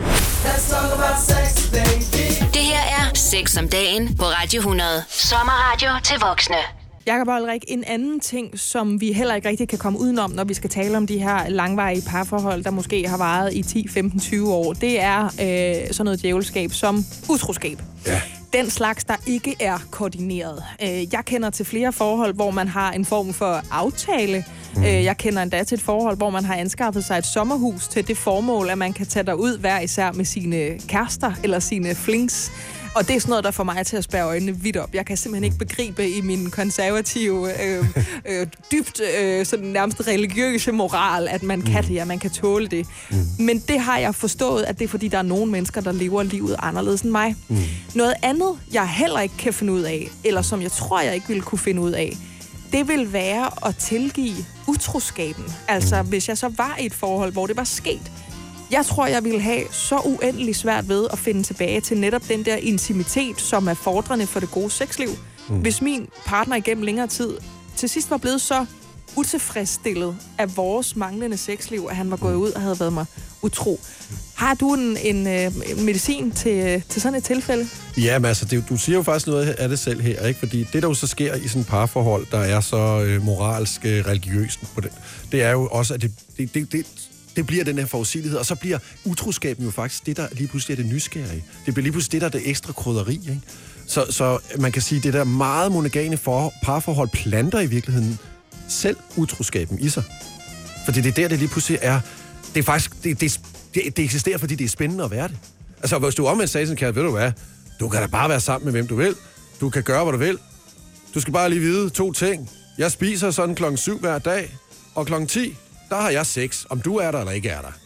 Det her er Sex om dagen på Radio 100. Sommerradio til voksne. Jakob Olrik, en anden ting, som vi heller ikke rigtig kan komme udenom, når vi skal tale om de her langvarige parforhold, der måske har varet i 10, 15, 20 år, det er sådan noget djævelskab som utroskab. Ja. Den slags, der ikke er koordineret. Jeg kender til flere forhold, hvor man har en form for aftale. Jeg kender endda til et forhold, hvor man har anskaffet sig et sommerhus til det formål, at man kan tage derud hver især med sine kærester eller sine flings. Og det er sådan noget, der får mig til at spærre øjnene vidt op. Jeg kan simpelthen ikke begribe i min konservative, dybt sådan nærmest religiøse moral, at man kan det, og man kan tåle det. Men det har jeg forstået, at det er fordi, der er nogle mennesker, der lever livet anderledes end mig. Noget andet, jeg heller ikke kan finde ud af, eller som jeg tror, jeg ikke ville kunne finde ud af, det vil være at tilgive utroskaben. Altså, hvis jeg så var i et forhold, hvor det var sket. Jeg tror, jeg ville have så uendelig svært ved at finde tilbage til netop den der intimitet, som er fordrende for det gode sexliv. Hvis min partner igennem længere tid til sidst var blevet så utilfredsstillet af vores manglende sexliv, at han var gået ud og havde været mig utro. Har du en medicin til sådan et tilfælde? Ja, men altså, du siger jo faktisk noget af det selv her, ikke? Fordi det, der jo så sker i sådan et parforhold, der er så moralsk, religiøst på det, det er jo også, at det bliver den her forudsigelighed, og så bliver utroskaben jo faktisk det, der lige pludselig er det nysgerrige. Det bliver lige pludselig det, der er det ekstra krydderi, ikke? Så man kan sige, det der meget monogame parforhold planter i virkeligheden selv utroskaben i sig. Fordi det er der, det lige pludselig er. Det er faktisk, det eksisterer, fordi det er spændende at være det. Altså, hvis du omvendt sagde sådan, kære, ved du hvad? Du kan da bare være sammen med, hvem du vil. Du kan gøre, hvad du vil. Du skal bare lige vide 2 ting. Jeg spiser sådan 7:00 hver dag, og 10:00, der har jeg sex, om du er der eller ikke er der.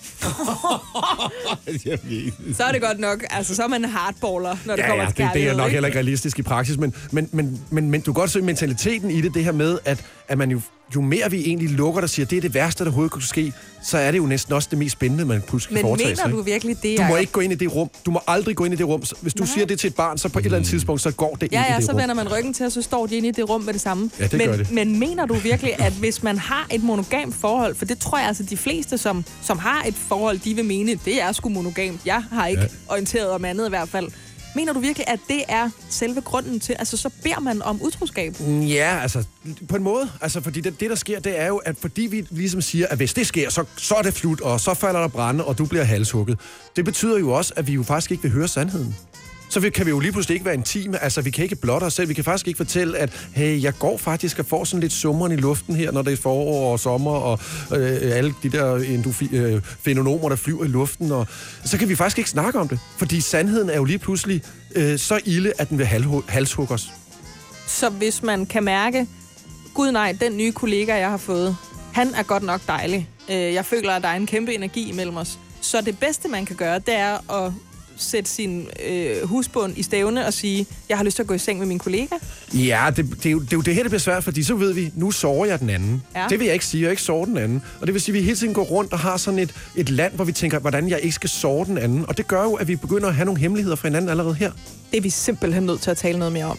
Så er det godt nok. Altså, så er man hardballer, når det kommer til kærlighed. Det er nok heller ikke realistisk i praksis, men du kan godt se mentaliteten i det her med, at man jo mere vi egentlig lukker og siger, det er det værste, der overhovedet kunne ske, så er det jo næsten også det mest spændende, man pludselig kan foretage sig. Men mener du virkelig det, Du må ikke gå ind i det rum. Du må aldrig gå ind i det rum. Hvis du siger det til et barn, så på et eller andet tidspunkt, så går det ind i det rum. Ja, så vender man ryggen til, og så står de inde i det rum med det samme. Ja, det gør det. Men mener du virkelig, at hvis man har et monogamt forhold, for det tror jeg altså, de fleste, som har et forhold, de vil mene, det er sgu monogamt. Jeg har ikke orienteret om andet i hvert fald. Mener du virkelig, at det er selve grunden til, altså så beder man om utroskab? Ja, altså på en måde. Altså fordi det der sker, det er jo, at fordi vi ligesom siger, at hvis det sker, så er det slut, og så falder der brænde, og du bliver halshugget. Det betyder jo også, at vi jo faktisk ikke vil høre sandheden. Så kan vi jo lige pludselig ikke være intime. Altså, vi kan ikke blotte os selv. Vi kan faktisk ikke fortælle, at hey, jeg går faktisk og får sådan lidt summeren i luften her, når det er forår og sommer, og alle de der fenomener, der flyver i luften. Og så kan vi faktisk ikke snakke om det. Fordi sandheden er jo lige pludselig så ilde, at den vil halshugge os. Så hvis man kan mærke, gud nej, den nye kollega, jeg har fået, han er godt nok dejlig. Jeg føler, at der er en kæmpe energi imellem os. Så det bedste, man kan gøre, det er at sætte sin husbund i stævne og sige, jeg har lyst til at gå i seng med min kollega? Ja, det er jo det her, det bliver svært, fordi så ved vi, nu sover jeg den anden. Ja. Det vil jeg ikke sige, jeg ikke sover den anden. Og det vil sige, at vi hele tiden går rundt og har sådan et land, hvor vi tænker, hvordan jeg ikke skal sove den anden. Og det gør jo, at vi begynder at have nogle hemmeligheder fra hinanden allerede her. Det er vi simpelthen nødt til at tale noget mere om.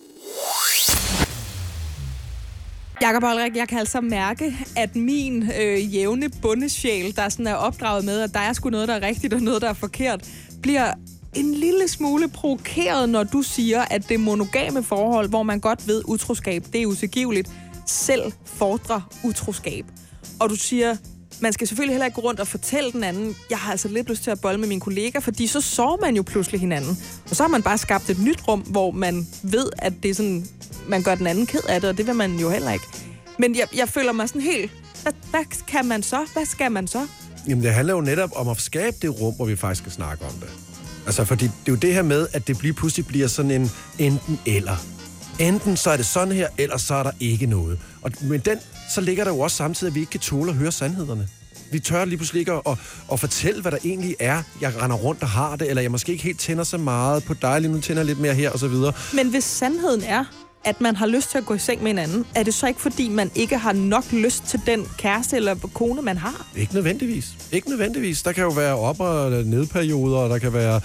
Jakob Olrik, jeg kan altså mærke, at min jævne bondesjæl, der sådan er opdraget med, at der er sgu noget, der er rigtigt og noget, der er forkert, bliver en lille smule provokeret, når du siger, at det monogame forhold, hvor man godt ved utroskab, det er utilgiveligt, selv fordrer utroskab. Og du siger, man skal selvfølgelig heller ikke gå rundt og fortælle den anden, jeg har altså lidt lyst til at bolle med min kollega, fordi så sover man jo pludselig hinanden. Og så har man bare skabt et nyt rum, hvor man ved, at det er sådan, man gør den anden ked af det, og det vil man jo heller ikke. Men jeg føler mig sådan helt, hvad kan man så? Hvad skal man så? Jamen, det handler jo netop om at skabe det rum, hvor vi faktisk skal snakke om det. Altså, fordi det er jo det her med, at det pludselig bliver sådan en enten eller. Enten så er det sådan her, eller så er der ikke noget. Og med den, så ligger der jo også samtidig, at vi ikke kan tåle at høre sandhederne. Vi tør lige pludselig ikke at fortælle, hvad der egentlig er, jeg render rundt og har det, eller jeg måske ikke helt tænder så meget på dig, lige nu tænder lidt mere her, og så videre. Men hvis sandheden er, at man har lyst til at gå i seng med en anden, er det så ikke, fordi man ikke har nok lyst til den kæreste eller kone, man har? Ikke nødvendigvis. Ikke nødvendigvis. Der kan jo være op- og nedperioder, og der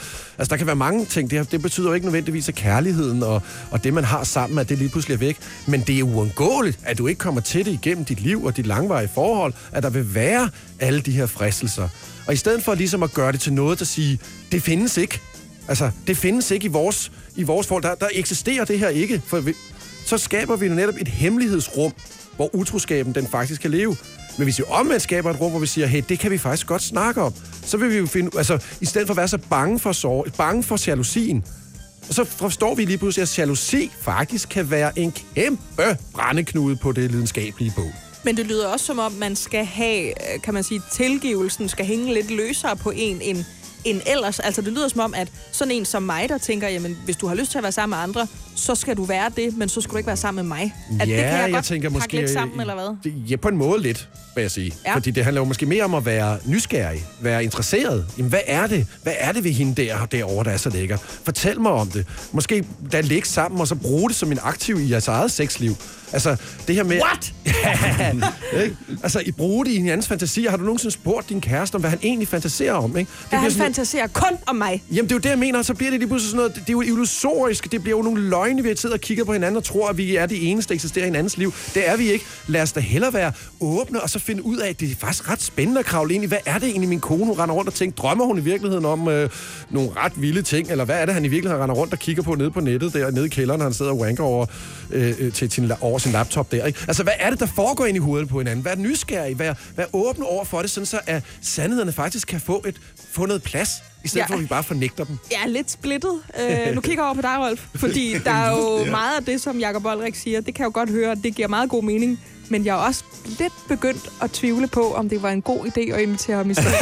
kan være mange ting. Det betyder jo ikke nødvendigvis, at kærligheden og det, man har sammen, at det lige pludselig er væk. Men det er uundgåeligt, at du ikke kommer til det igennem dit liv og dit langvarige forhold, at der vil være alle de her fristelser. Og i stedet for ligesom at gøre det til noget, der siger, det findes ikke. Altså, det findes ikke i vores forhold. Der eksisterer det her ikke. Så skaber vi jo netop et hemmelighedsrum, hvor utroskaben den faktisk kan leve. Men hvis vi omvendt skaber et rum, hvor vi siger, hey, det kan vi faktisk godt snakke om, så vil vi jo finde, altså i stedet for at være så bange for jalousien, og så forstår vi lige pludselig, at jalousi faktisk kan være en kæmpe brændeknude på det lidenskabelige bål. Men det lyder også som om, man skal have, kan man sige, tilgivelsen skal hænge lidt løsere på en end ellers. Altså det lyder som om, at sådan en som mig, der tænker, jamen hvis du har lyst til at være sammen med andre, så skal du være det, men så skal du ikke være sammen med mig. At ja, det kan jeg godt tænker pakke måske lidt sammen, eller hvad? Ja, på en måde lidt, vil jeg sige. Ja. Fordi det handler jo måske mere om at være nysgerrig, være interesseret. Jamen hvad er det? Hvad er det ved hende derovre, der er så lækker? Fortæl mig om det. Måske da ligge sammen, og så bruge det som en aktiv i jeres eget sexliv. Altså, det her med... What? Ja, Ikke? Altså, I bruger det i hinandens fantasier. Har du nogensinde spurgt din kæreste om, hvad han egentlig fantaserer om? Ikke? Han fantaserer kun om mig. Jamen, det er jo det, jeg mener. Så bliver det lige pludselig sådan noget... Det er jo illusorisk. Det bliver jo nogle løgne, vi har siddet og kigger på hinanden og tror, at vi er de eneste, der eksisterer i hinandens liv. Det er vi ikke. Lad os da hellere være åbne og så finde ud af, at det er faktisk ret spændende at kravle ind i. Hvad er det egentlig, min kone render rundt og tænker? Drømmer hun i virkeligheden om nogle ret vilde ting? Eller hvad er det, han i virkeligheden render rundt og kigger på nede på nettet der, nede i kælderen, han sidder og wanker over sin laptop der, ikke? Altså, hvad er det, der foregår ind i hovedet på hinanden? Vær nysgerrig, vær åbne over for det, sådan så at sandhederne faktisk kan få noget plads, i stedet for, at vi bare fornægter dem. Jeg er lidt splittet. Nu kigger jeg over på dig, Rolf, fordi der er jo meget af det, som Jacob Olrik siger. Det kan jeg jo godt høre, det giver meget god mening. Men jeg er også lidt begyndt at tvivle på, om det var en god idé at invitere ham i stedet.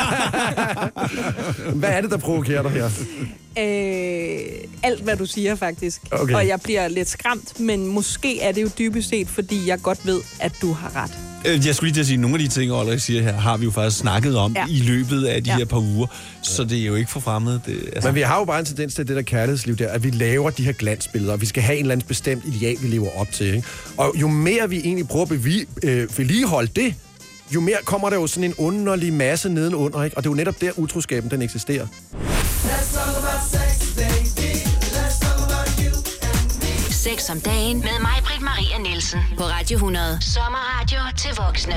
Hvad er det, der provokerer dig her? Alt, hvad du siger, faktisk. Okay. Og jeg bliver lidt skræmt, men måske er det jo dybest set, fordi jeg godt ved, at du har ret. Jeg skulle lige til at sige, at nogle af de ting, Ulrik siger her, har vi jo faktisk snakket om i løbet af de her par uger. Så det er jo ikke for fremmed. Men vi har jo bare en tendens til det der kærlighedsliv der, at vi laver de her glansbilleder, og vi skal have en eller anden bestemt ideal, vi lever op til. Ikke? Og jo mere vi egentlig prøver at vedligeholde det, jo mere kommer der jo sådan en underlig masse nedenunder, ikke? Og det er jo netop der, utroskaben den eksisterer. Sex om dagen med mig, Britt Maria Nielsen, på Radio 100. Sommerradio til voksne.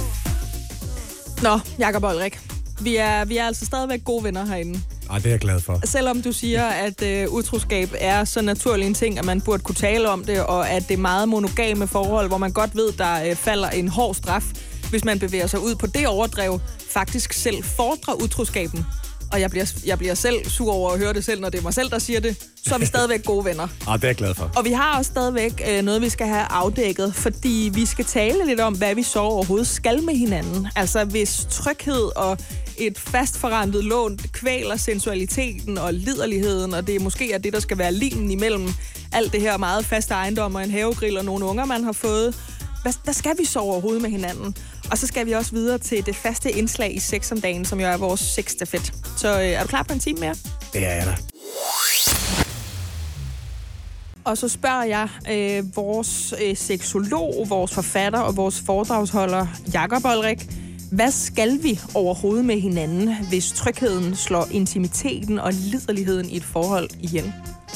Nå, Jacob Olrik. Vi er altså stadigvæk gode venner herinde. Ej, det er jeg glad for. Selvom du siger, at utroskab er så naturlig en ting, at man burde kunne tale om det, og at det er meget monogame forhold, hvor man godt ved, der falder en hård straf, hvis man bevæger sig ud på det overdrev, faktisk selv fordrer utroskaben. Og jeg bliver selv sur over at høre det selv, når det er mig selv, der siger det. Så er vi stadigvæk gode venner. Ah, det er jeg glad for. Og vi har også stadigvæk noget, vi skal have afdækket, fordi vi skal tale lidt om, hvad vi så overhovedet skal med hinanden. Altså, hvis tryghed og et fastforrentet lån kvæler sensualiteten og liderligheden, og det måske er det, der skal være limen imellem alt det her meget faste ejendom og en havegrill og nogle unger, man har fået. Hvad skal vi så overhovedet med hinanden? Og så skal vi også videre til det faste indslag i Sex om dagen, som jo er vores sexstafet. Så er du klar på en time mere? Det er jeg da. Og så spørger jeg vores seksolog, vores forfatter og vores foredragsholder, Jacob Olrik, hvad skal vi overhovedet med hinanden, hvis trygheden slår intimiteten og liderligheden i et forhold ihjel?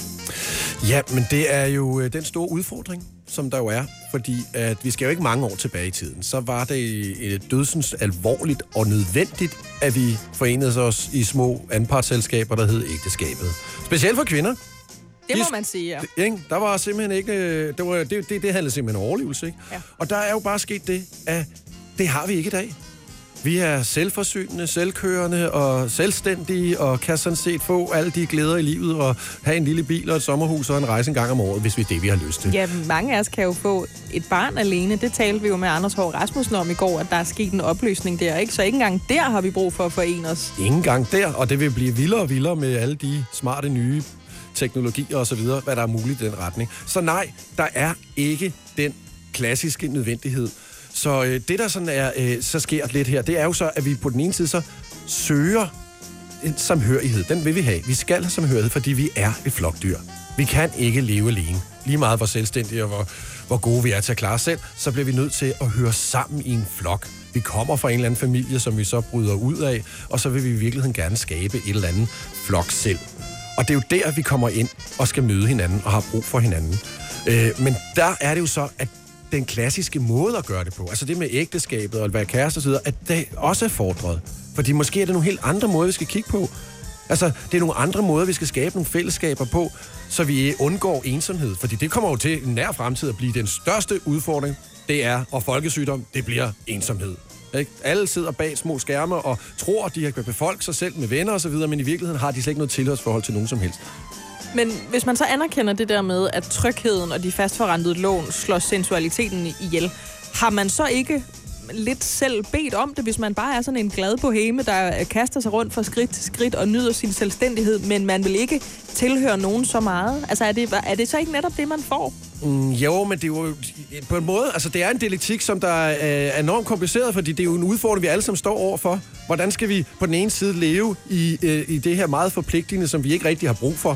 Ja, men det er jo den store udfordring, som der jo er. Fordi at vi skal jo ikke mange år tilbage i tiden. Så var det et dødsens alvorligt og nødvendigt, at vi forenede os i små anpartsselskaber, der hed ægteskabet. Specielt for kvinder. Det må man sige, ja. Ikke? Der var simpelthen ikke... Det handlede simpelthen om overlevelse, ikke? Ja. Og der er jo bare sket det, at det har vi ikke i dag. Vi er selvforsynende, selvkørende og selvstændige, og kan sådan set få alle de glæder i livet, og have en lille bil og et sommerhus og en rejse en gang om året, hvis vi det, vi har lyst til. Ja, mange af os kan jo få et barn alene. Det talte vi jo med Anders Haahr Rasmussen om i går, at der er sket en opløsning der, ikke? Så ikke engang der har vi brug for at forene os. Ingen gang der, og det vil blive vildere og vildere med alle de smarte nye teknologier og så videre, hvad der er muligt i den retning. Så nej, der er ikke den klassiske nødvendighed. Så det, der sådan er, så sker lidt her, det er jo så, at vi på den ene side så søger en samhørighed. Den vil vi have. Vi skal have samhørighed, fordi vi er et flokdyr. Vi kan ikke leve alene. Lige meget hvor selvstændige og hvor gode vi er til at klare os selv, så bliver vi nødt til at høre sammen i en flok. Vi kommer fra en eller anden familie, som vi så bryder ud af, og så vil vi i virkeligheden gerne skabe et eller andet flok selv. Og det er jo der, vi kommer ind og skal møde hinanden og har brug for hinanden. Men der er det jo så, at den klassiske måde at gøre det på, altså det med ægteskabet og at være kæreste og så videre, at det også er fordret. Fordi måske er det nogle helt andre måder, vi skal kigge på. Altså, det er nogle andre måder, vi skal skabe nogle fællesskaber på, så vi undgår ensomhed. Fordi det kommer jo til i nær fremtid at blive den største udfordring, det er, og folkesygdom, det bliver ensomhed. Ikke? Alle sidder bag små skærme og tror, at de kan befolke sig selv med venner og så videre, men i virkeligheden har de slet ikke noget tilhørsforhold til nogen som helst. Men hvis man så anerkender det der med, at trygheden og de fastforrentede lån slår sensualiteten ihjel, har man så ikke lidt selv bedt om det, hvis man bare er sådan en glad boheme, der kaster sig rundt fra skridt til skridt og nyder sin selvstændighed, men man vil ikke tilhøre nogen så meget? Altså er det så ikke netop det, man får? Jo, men det er jo på en måde, altså det er en dialektik, som der er enormt kompliceret, fordi det er jo en udfordring, vi alle sammen står overfor. Hvordan skal vi på den ene side leve i det her meget forpligtende, som vi ikke rigtig har brug for?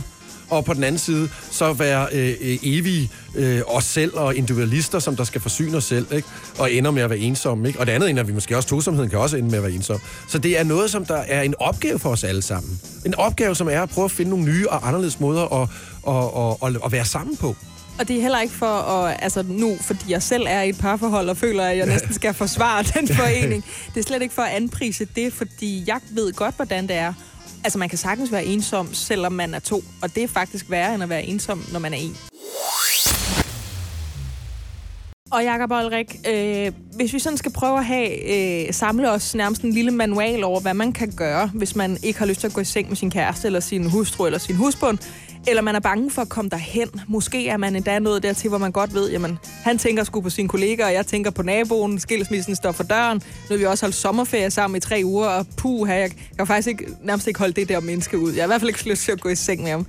og på den anden side, så være evige os selv og individualister, som der skal forsyne os selv, ikke? Og ender med at være ensomme, ikke? Og det andet ender vi måske også, tosomheden kan også ende med at være ensom. Så det er noget, som der er en opgave for os alle sammen. En opgave, som er at prøve at finde nogle nye og anderledes måder at være sammen på. Og det er heller ikke for at, altså nu, fordi jeg selv er i et parforhold og føler, at jeg næsten skal forsvare den forening. Det er slet ikke for at anprise det, fordi jeg ved godt, hvordan det er. Altså man kan sagtens være ensom, selvom man er 2. Og det er faktisk værre, end at være ensom, når man er 1. Og Jakob Olrik, hvis vi sådan skal prøve at samle os nærmest en lille manual over, hvad man kan gøre, hvis man ikke har lyst til at gå i seng med sin kæreste, eller sin hustru, eller sin husbund, eller man er bange for at komme derhen. Måske er man endda nået dertil, hvor man godt ved, jamen, han tænker sgu på sine kolleger, og jeg tænker på naboen, skilsmissen står for døren. Nu har vi også holdt sommerferie sammen i 3 uger, og jeg kan faktisk nærmest ikke holde det der menneske ud. Jeg har i hvert fald ikke lyst til at gå i seng med ham.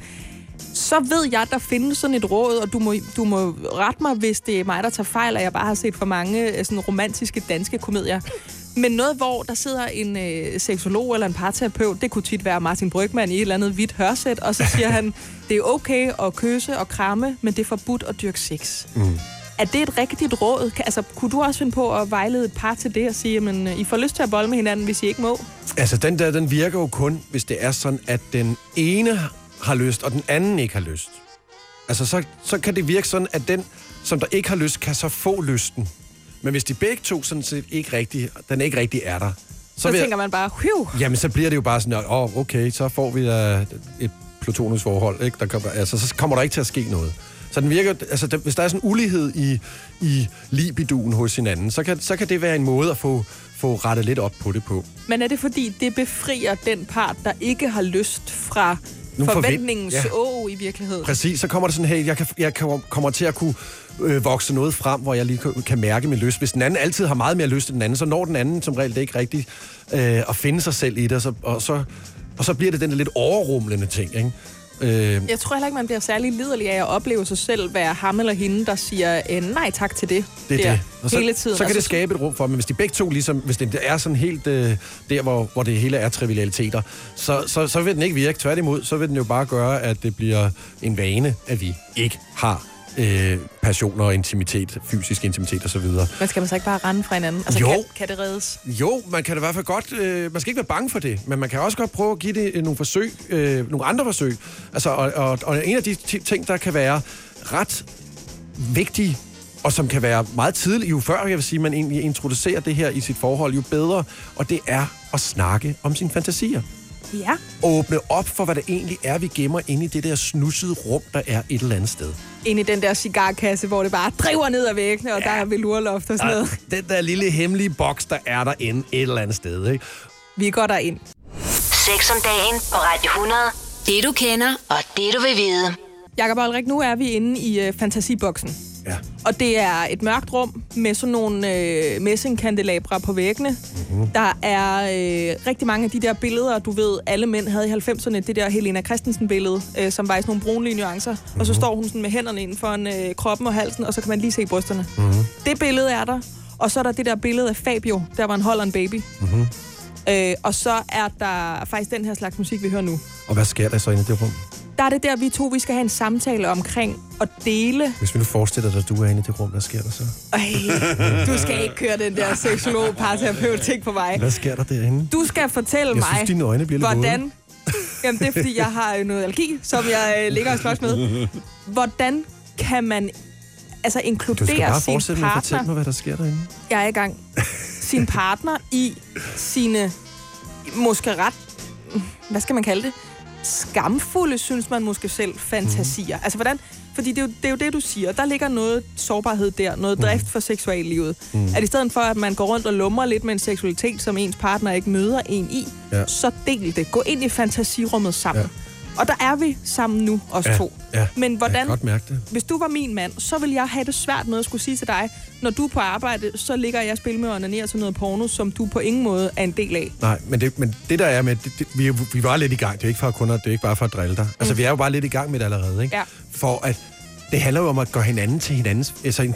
Så ved jeg, der findes sådan et råd, og du må rette mig, hvis det er mig, der tager fejl, og jeg bare har set for mange sådan romantiske danske komedier. Men noget, hvor der sidder en seksolog eller en parterapeut, det kunne tit være Martin Brygmann i et eller andet hvidt hørsæt, og så siger han, det er okay at kysse og kramme, men det er forbudt at dyrke sex. Er det et rigtigt råd? Altså, kunne du også finde på at vejlede et par til det og sige, men I får lyst til at bolle med hinanden, hvis I ikke må? Altså, den virker jo kun, hvis det er sådan, at den ene har lyst, og den anden ikke har lyst. Altså, så kan det virke sådan, at den, som der ikke har lyst, kan så få lysten. Men hvis de begge to sådan set ikke rigtig er der, så tænker man bare, jamen, så bliver det jo bare sådan, okay, så får vi da et platonisk forhold, ikke? Så kommer der ikke til at ske noget. Så den virker, altså, hvis der er sådan en ulighed i libiduen hos hinanden, så kan det være en måde at få rettet lidt op på det på. Men er det fordi, det befrier den part, der ikke har lyst fra forventningens i virkeligheden? Præcis, så kommer der sådan, hey, jeg kommer til at kunne vokse noget frem, hvor jeg lige kan mærke min lyst. Hvis den anden altid har meget mere lyst end den anden, så når den anden som regel det ikke rigtigt at finde sig selv i det, og så bliver det den lidt overrumlende ting, ikke? Jeg tror heller ikke, man bliver særlig liderlig af at opleve sig selv være ham eller hende, der siger nej tak til det. Det er det. Og hele tiden. Så kan det skabe et rum for, men hvis de begge to ligesom, hvis det er sådan helt der, hvor det hele er trivialiteter, så vil den ikke virke. Tværtimod, så vil den jo bare gøre, at det bliver en vane, at vi ikke har passioner og intimitet, fysisk intimitet og så videre. Men skal man så ikke bare rende fra hinanden? Altså, kan det reddes? Jo, man kan det i hvert fald godt. Man skal ikke være bange for det, men man kan også godt prøve at give det nogle forsøg, nogle andre forsøg. Altså, og en af de ting, der kan være ret vigtige, og som kan være meget tidligt, jo før, jeg vil sige, man egentlig introducerer det her i sit forhold, jo bedre, og det er at snakke om sine fantasier. Ja. Åbne op for, hvad det egentlig er, vi gemmer inde i det der snussede rum, der er et eller andet sted. Ind i den der cigarkasse, hvor det bare driver ned ad væggene, og der er velurloft og sådan noget. Den der lille hemmelige boks, der er derinde et eller andet sted, ikke? Vi går derind. 6 om dagen på Radio 100. Det du kender, og det du vil vide. Jakob Olrik, nu er vi inde i fantasiboksen. Ja. Og det er et mørkt rum med sådan nogle messingkandelabre på væggene. Mm-hmm. Der er rigtig mange af de der billeder, du ved, alle mænd havde i 90'erne. Det der Helena Christensen-billede, som var i sådan nogle brunlige nuancer. Mm-hmm. Og så står hun sådan med hænderne inden for kroppen og halsen, og så kan man lige se brysterne. Mm-hmm. Det billede er der. Og så er der det der billede af Fabio, der var en hold en baby. Mm-hmm. Og så er der faktisk den her slags musik, vi hører nu. Og hvad sker der så inde i det rum? Der er det der, vi skal have en samtale omkring at dele. Hvis vi nu forestiller dig, at du er inde i det rum, hvad sker der så? Du skal ikke køre den der seksolog parterapeut-ting på mig. Hvad sker der derinde? Du skal fortælle mig, synes, dine øjne bliver hvordan... Jamen, det er, fordi jeg har noget allergi, som jeg ligger og slås med. Hvordan kan man inkludere sin partner... Du skal bare fortsætte med at fortælle mig, hvad der sker derinde. Jeg er i gang. Sin partner i sine måske ret... Hvad skal man kalde det? Skamfulde, synes man måske selv, fantasier. Altså, hvordan... Fordi det er jo det, du siger. Der ligger noget sårbarhed der, noget drift for seksuallivet. At i stedet for, at man går rundt og lummer lidt med en seksualitet, som ens partner ikke møder en i, så del det. Gå ind i fantasirummet sammen. Ja. Og der er vi sammen nu, os to. Ja. Men hvordan... Jeg kan godt mærke det. Hvis du var min mand, så ville jeg have det svært med at skulle sige til dig, når du er på arbejde, så ligger jeg og spiller med og onanerer til noget porno, som du på ingen måde er en del af. Nej, men det der er med... Vi var lidt i gang. Det er ikke for kunder, det er ikke bare for at drille dig. Altså, vi er jo bare lidt i gang med det allerede, ikke? Ja. For at... Det handler jo om at gøre hinanden til hinandens... Altså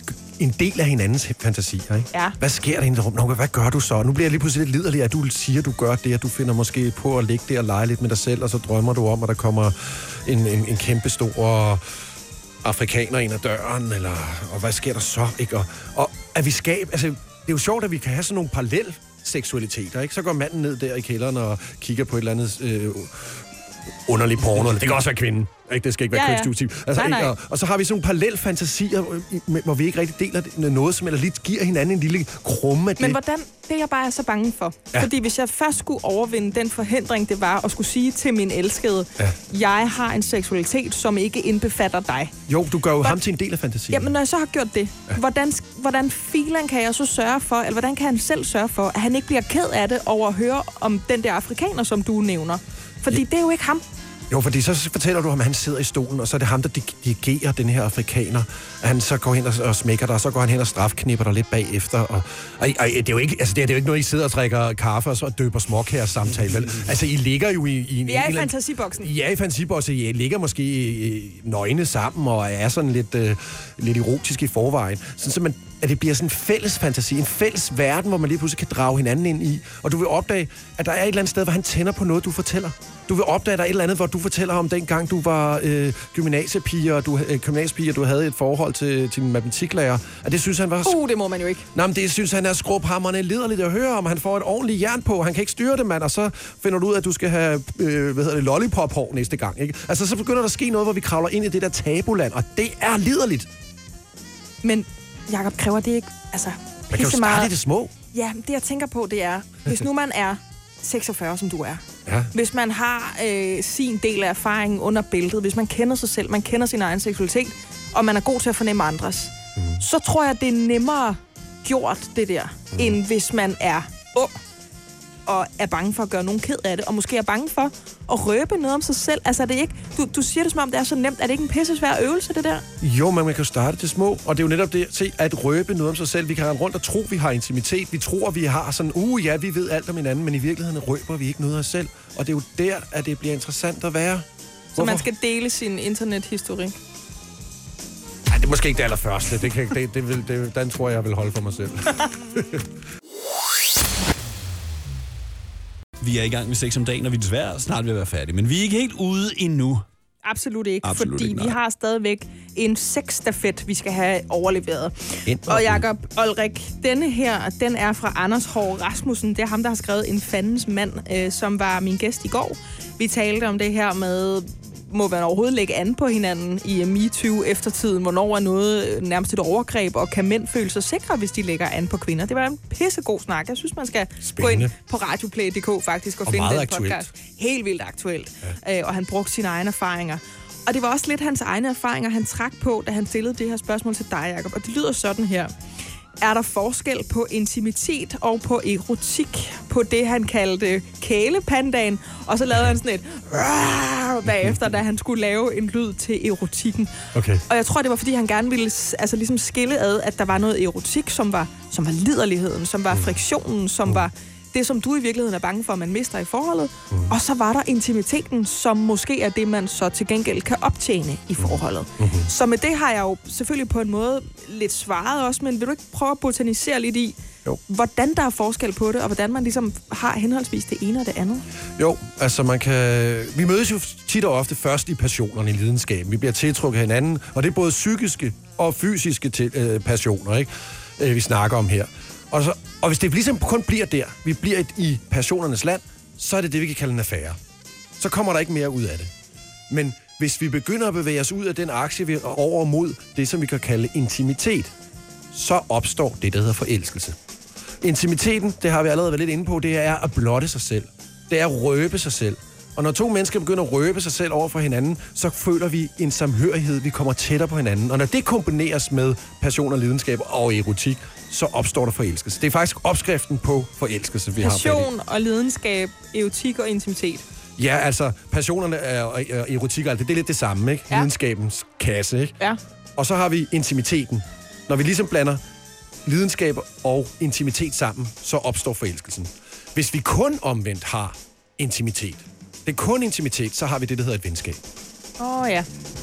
en del af hinandens fantasier, ikke? Ja. Hvad sker der i det rum? Nå, hvad gør du så? Nu bliver jeg lige pludselig lidt liderlig, at du siger, du gør det, at du finder måske på at ligge der og lege lidt med dig selv, og så drømmer du om, at der kommer en kæmpe stor afrikaner ind ad døren, og hvad sker der så, ikke? Og at vi altså, det er jo sjovt, at vi kan have sådan nogle parallel seksualiteter, ikke? Så går manden ned der i kælderen og kigger på et eller andet underlig porno. Det kan også være kvinden. Ikke? Det skal ikke være kønsstereotyp. Altså, nej. Og så har vi sådan nogle parallel fantasier, hvor vi ikke rigtig deler noget, som eller lidt giver hinanden en lille krumme af det. Men hvordan, det er jeg bare så bange for. Ja. Fordi hvis jeg først skulle overvinde den forhindring, det var at skulle sige til min elskede, jeg har en seksualitet, som ikke indbefatter dig. Jo, du gør jo ham til en del af fantasien. Jamen, når jeg så har gjort det, hvordan filen kan jeg så sørge for, eller hvordan kan han selv sørge for, at han ikke bliver ked af det over at høre om den der afrikaner, som du nævner? Fordi det er jo ikke ham. Jo, fordi så fortæller du ham, at han sidder i stolen, og så er det ham, der dirigerer den her afrikaner. At han så går hen og smækker dig, og så går han hen og strafknipper dig lidt bagefter. Og det er jo ikke, altså det er jo ikke noget, I sidder og drikker kaffe og så døber småkager samtale, vel? Altså, I ligger jo i en... Vi er i fantasiboksen. Ja, i fantasiboksen. I ligger måske nøgne sammen, og er sådan lidt erotisk i forvejen. Sådan, at det bliver sådan en fælles fantasi, en fælles verden, hvor man lige pludselig kan drage hinanden ind i. Og du vil opdage, at der er et eller andet sted, hvor han tænder på noget, du fortæller. Du vil opdage, at der er et eller andet, hvor du fortæller om dengang, du var gymnasiepiger, du havde et forhold til din matematiklærer. Og det synes han var... det må man jo ikke. Nå, men det synes han er skrubhamrende liderligt at høre om. Han får et ordentligt jern på, han kan ikke styre det, mand. Og så finder du ud af, at du skal have, lollipop-hår næste gang, ikke? Altså, så begynder der at ske noget, hvor vi kravler ind i det der tabuland, og det er liderligt. Men Jakob, kræver det ikke, altså... Man kan jo starte i det små. Ja, det jeg tænker på, det er, hvis nu man er 46, som du er, hvis man har sin del af erfaringen under bæltet, hvis man kender sig selv, man kender sin egen seksualitet, og man er god til at fornemme andres, så tror jeg, det er nemmere gjort, det der, end hvis man er ung og er bange for at gøre nogen ked af det, og måske er bange for at røbe noget om sig selv. Altså, det er ikke... Du siger det, som om det er så nemt. Er det ikke en pissesvær øvelse, det der? Jo, men man kan jo starte det små, og det er jo netop det, se, at røbe noget om sig selv. Vi kan rende rundt og tro, vi har intimitet. Vi tror, vi har sådan, vi ved alt om hinanden, men i virkeligheden røber vi ikke noget af os selv. Og det er jo der, at det bliver interessant at være. Hvorfor? Så man skal dele sin internethistorik? Nej, det er måske ikke det allerførste. Den tror jeg vil holde for mig selv. Vi er i gang med 6 om dagen, og vi er desværre snart ved at være færdige. Men vi er ikke helt ude endnu. Absolut ikke, fordi vi har stadigvæk en sexstafet, vi skal have overleveret. Og Jakob Olrik, denne her, den er fra Anders Hår Rasmussen. Det er ham, der har skrevet En fandens mand, som var min gæst i går. Vi talte om det her med... Må man overhovedet lægge an på hinanden i MeToo-eftertiden? Hvornår er noget nærmest et overgreb, og kan mænd føle sig sikre, hvis de lægger an på kvinder? Det var en pissegod snak. Jeg synes, man skal gå ind på radioplay.dk faktisk og finde den aktuelt. Podcast. Helt vildt aktuelt. Ja. Og han brugte sine egne erfaringer. Og det var også lidt hans egne erfaringer, han trak på, da han stillede det her spørgsmål til dig, Jacob. Og det lyder sådan her. Er der forskel på intimitet og på erotik på det, han kaldte kælepandaen? Og så lavede han sådan et bagefter, da han skulle lave en lyd til erotikken. Okay. Og jeg tror, det var, fordi han gerne ville altså, ligesom skille ad, at der var noget erotik, som var liderligheden, som var friktionen, som var det, som du i virkeligheden er bange for, at man mister i forholdet. Og så var der intimiteten, som måske er det, man så til gengæld kan optjene i forholdet. Så med det har jeg jo selvfølgelig på en måde lidt svaret også, men vil du ikke prøve at botanisere lidt i, hvordan der er forskel på det, og hvordan man ligesom har henholdsvis det ene og det andet? Jo, altså vi mødes jo tit og ofte først i passionerne i lidenskaben. Vi bliver tiltrukket af hinanden, og det er både psykiske og fysiske passioner, ikke? Vi snakker om her. Og hvis det ligesom kun bliver der, vi bliver i passionernes land, så er det det, vi kan kalde en affære. Så kommer der ikke mere ud af det. Men hvis vi begynder at bevæge os ud af den aktie, vi er over mod det, som vi kan kalde intimitet, så opstår det, der hedder forelskelse. Intimiteten, det har vi allerede været lidt inde på, det er at blotte sig selv. Det er at røbe sig selv. Og når to mennesker begynder at røbe sig selv over for hinanden, så føler vi en samhørighed, vi kommer tættere på hinanden. Og når det kombineres med passion og lidenskab og erotik, så opstår der forelskelse. Det er faktisk opskriften på forelskelse, vi har. Passion og lidenskab, erotik og intimitet. Ja, altså passionerne og erotik og alt det er lidt det samme, ikke? Ja. Lidenskabens kasse, ikke? Ja. Og så har vi intimiteten. Når vi ligesom blander lidenskab og intimitet sammen, så opstår forelskelsen. Hvis vi kun omvendt har intimitet, det er kun intimitet, så har vi det, der hedder et venskab. Ja.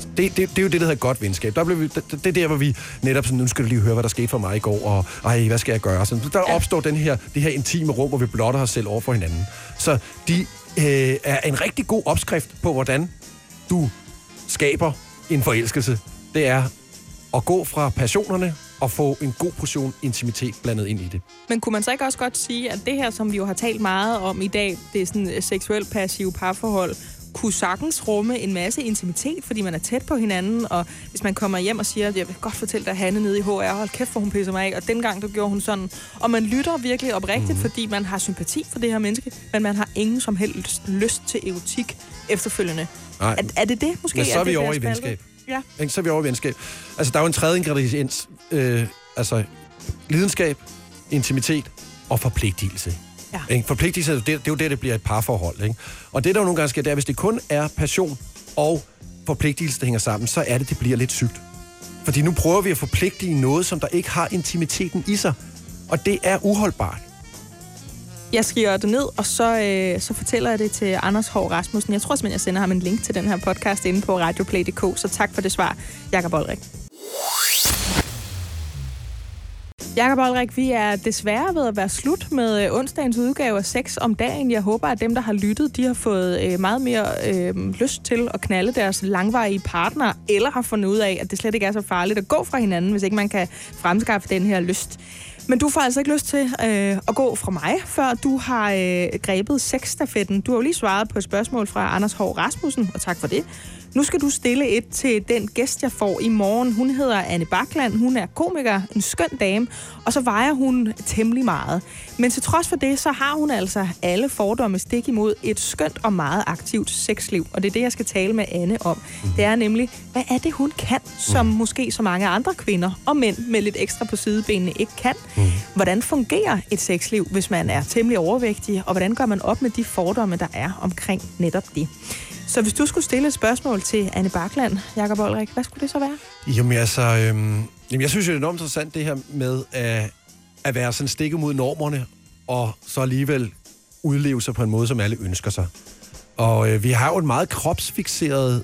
Det er jo det, der hedder godt venskab. Det er der, hvor vi netop sådan, nu skal du lige høre, hvad der skete for mig i går, og hvad skal jeg gøre? Så der opstår det her intime rum, hvor vi blotter os selv over for hinanden. Så de er en rigtig god opskrift på, hvordan du skaber en forelskelse. Det er at gå fra passionerne og få en god portion intimitet blandet ind i det. Men kunne man så ikke også godt sige, at det her, som vi jo har talt meget om i dag, det er sådan seksuelt passive parforhold, kunne sagtens rumme en masse intimitet, fordi man er tæt på hinanden, og hvis man kommer hjem og siger, at jeg vil godt fortælle dig, Hanne nede i HR, hold kæft, hvor hun pisser mig af, og dengang, der gjorde hun sådan, og man lytter virkelig oprigtigt, fordi man har sympati for det her menneske, men man har ingen som helst lyst til erotik efterfølgende. Nej. Er det måske? Men så er vi over i venskab. Ja. Så er vi over i venskab. Altså, der er jo en tredje ingrediens. Lidenskab, intimitet og forpligtelse. Ja. Forpligtelse, det er jo det bliver et parforhold. Ikke? Og det, der jo nogle gange sker, det er, hvis det kun er passion og forpligtelse, der hænger sammen, så er det bliver lidt sygt. Fordi nu prøver vi at forpligte i noget, som der ikke har intimiteten i sig. Og det er uholdbart. Jeg skriver det ned, og så fortæller jeg det til Anders Hov Rasmussen. Jeg tror simpelthen, jeg sender ham en link til den her podcast inde på radioplay.dk. Så tak for det svar, Jakob Olrik. Jakob Olrik, vi er desværre ved at være slut med onsdagens udgave af 6 om dagen. Jeg håber, at dem, der har lyttet, de har fået meget mere lyst til at knalde deres langvarige partner, eller har fundet ud af, at det slet ikke er så farligt at gå fra hinanden, hvis ikke man kan fremskaffe den her lyst. Men du får altså ikke lyst til at gå fra mig, før du har grebet sexstafetten. Du har jo lige svaret på et spørgsmål fra Anders Hov Rasmussen, og tak for det. Nu skal du stille et til den gæst, jeg får i morgen. Hun hedder Anne Bakland. Hun er komiker, en skøn dame, og så vejer hun temmelig meget. Men til trods for det, så har hun altså alle fordomme stik imod et skønt og meget aktivt sexliv. Og det er det, jeg skal tale med Anne om. Det er nemlig, hvad er det, hun kan, som måske så mange andre kvinder og mænd med lidt ekstra på sidebenene ikke kan? Hvordan fungerer et sexliv, hvis man er temmelig overvægtig? Og hvordan gør man op med de fordomme, der er omkring netop det? Så hvis du skulle stille et spørgsmål til Anne Bakland, Jakob Olrik, hvad skulle det så være? Jamen altså, jeg synes, det er enormt interessant det her med at være sådan stikket mod normerne, og så alligevel udleve sig på en måde, som alle ønsker sig. Og vi har jo et meget kropsfikseret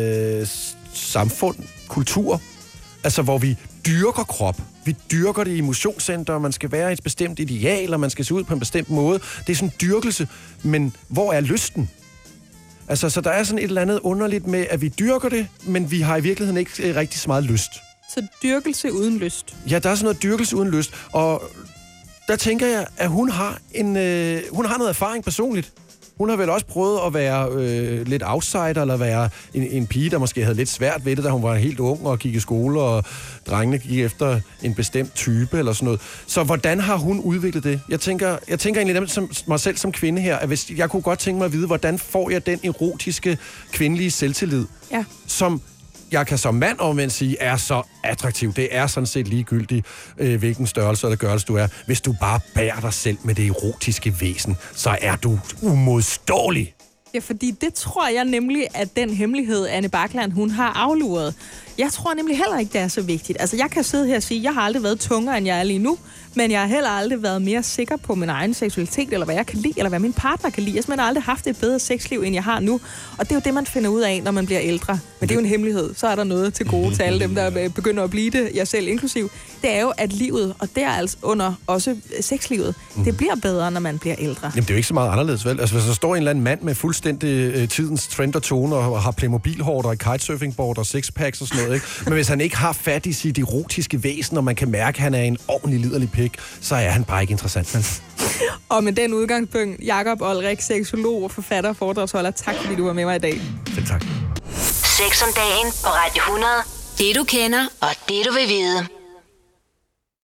samfund, kultur, altså hvor vi dyrker krop. Vi dyrker det i motionscenter, man skal være et bestemt ideal, og man skal se ud på en bestemt måde. Det er sådan en dyrkelse, men hvor er lysten? Altså, så der er sådan et eller andet underligt med, at vi dyrker det, men vi har i virkeligheden ikke rigtig så meget lyst. Så dyrkelse uden lyst? Ja, der er sådan noget dyrkelse uden lyst, og der tænker jeg, at hun har noget erfaring personligt. Hun har vel også prøvet at være lidt outsider, eller være en pige, der måske havde lidt svært ved det, da hun var helt ung og gik i skole, og drengene gik efter en bestemt type, eller sådan noget. Så hvordan har hun udviklet det? Jeg tænker egentlig som mig selv som kvinde her, at hvis jeg kunne godt tænke mig at vide, hvordan får jeg den erotiske, kvindelige selvtillid, som jeg kan som mand omvendt sige, er så attraktiv. Det er sådan set ligegyldigt, hvilken størrelse eller gørelse du er. Hvis du bare bærer dig selv med det erotiske væsen, så er du umodståelig. Ja, fordi det tror jeg nemlig, at den hemmelighed, Anne Bakland, hun har afluret. Jeg tror nemlig heller ikke, det er så vigtigt. Altså, jeg kan sidde her og sige, at jeg har aldrig været tungere, end jeg er lige nu, men jeg har heller aldrig været mere sikker på min egen seksualitet, eller hvad jeg kan lide, eller hvad min partner kan lide. Jeg har simpelthen aldrig haft et bedre sexliv, end jeg har nu. Og det er jo det, man finder ud af, når man bliver ældre. Men det er jo en hemmelighed. Så er der noget til gode til alle dem, der begynder at blive det, jeg selv inklusiv. Det er jo, at livet, og det er altså under også sexlivet, det bliver bedre, når man bliver ældre. Jamen, det er jo ikke så meget anderledes, vel? Altså, hvis der står en eller anden mand med fuldstændig tidens trend og tone, og har Playmobil-hård og et-kitesurfingboard og sixpacks og sådan noget, ikke? Men hvis han ikke har fat i sit erotiske væsen, og man kan mærke, at han er en ordentlig liderlig pik, så er han bare ikke interessant. Men... Og med den udgangspunkt, Jakob Olrik, seksolog og forfatter og foredragsholder. Tak, fordi du var med mig i dag. Selv tak. 6 om dagen på Radio 100. Det du kender, og det du vil vide.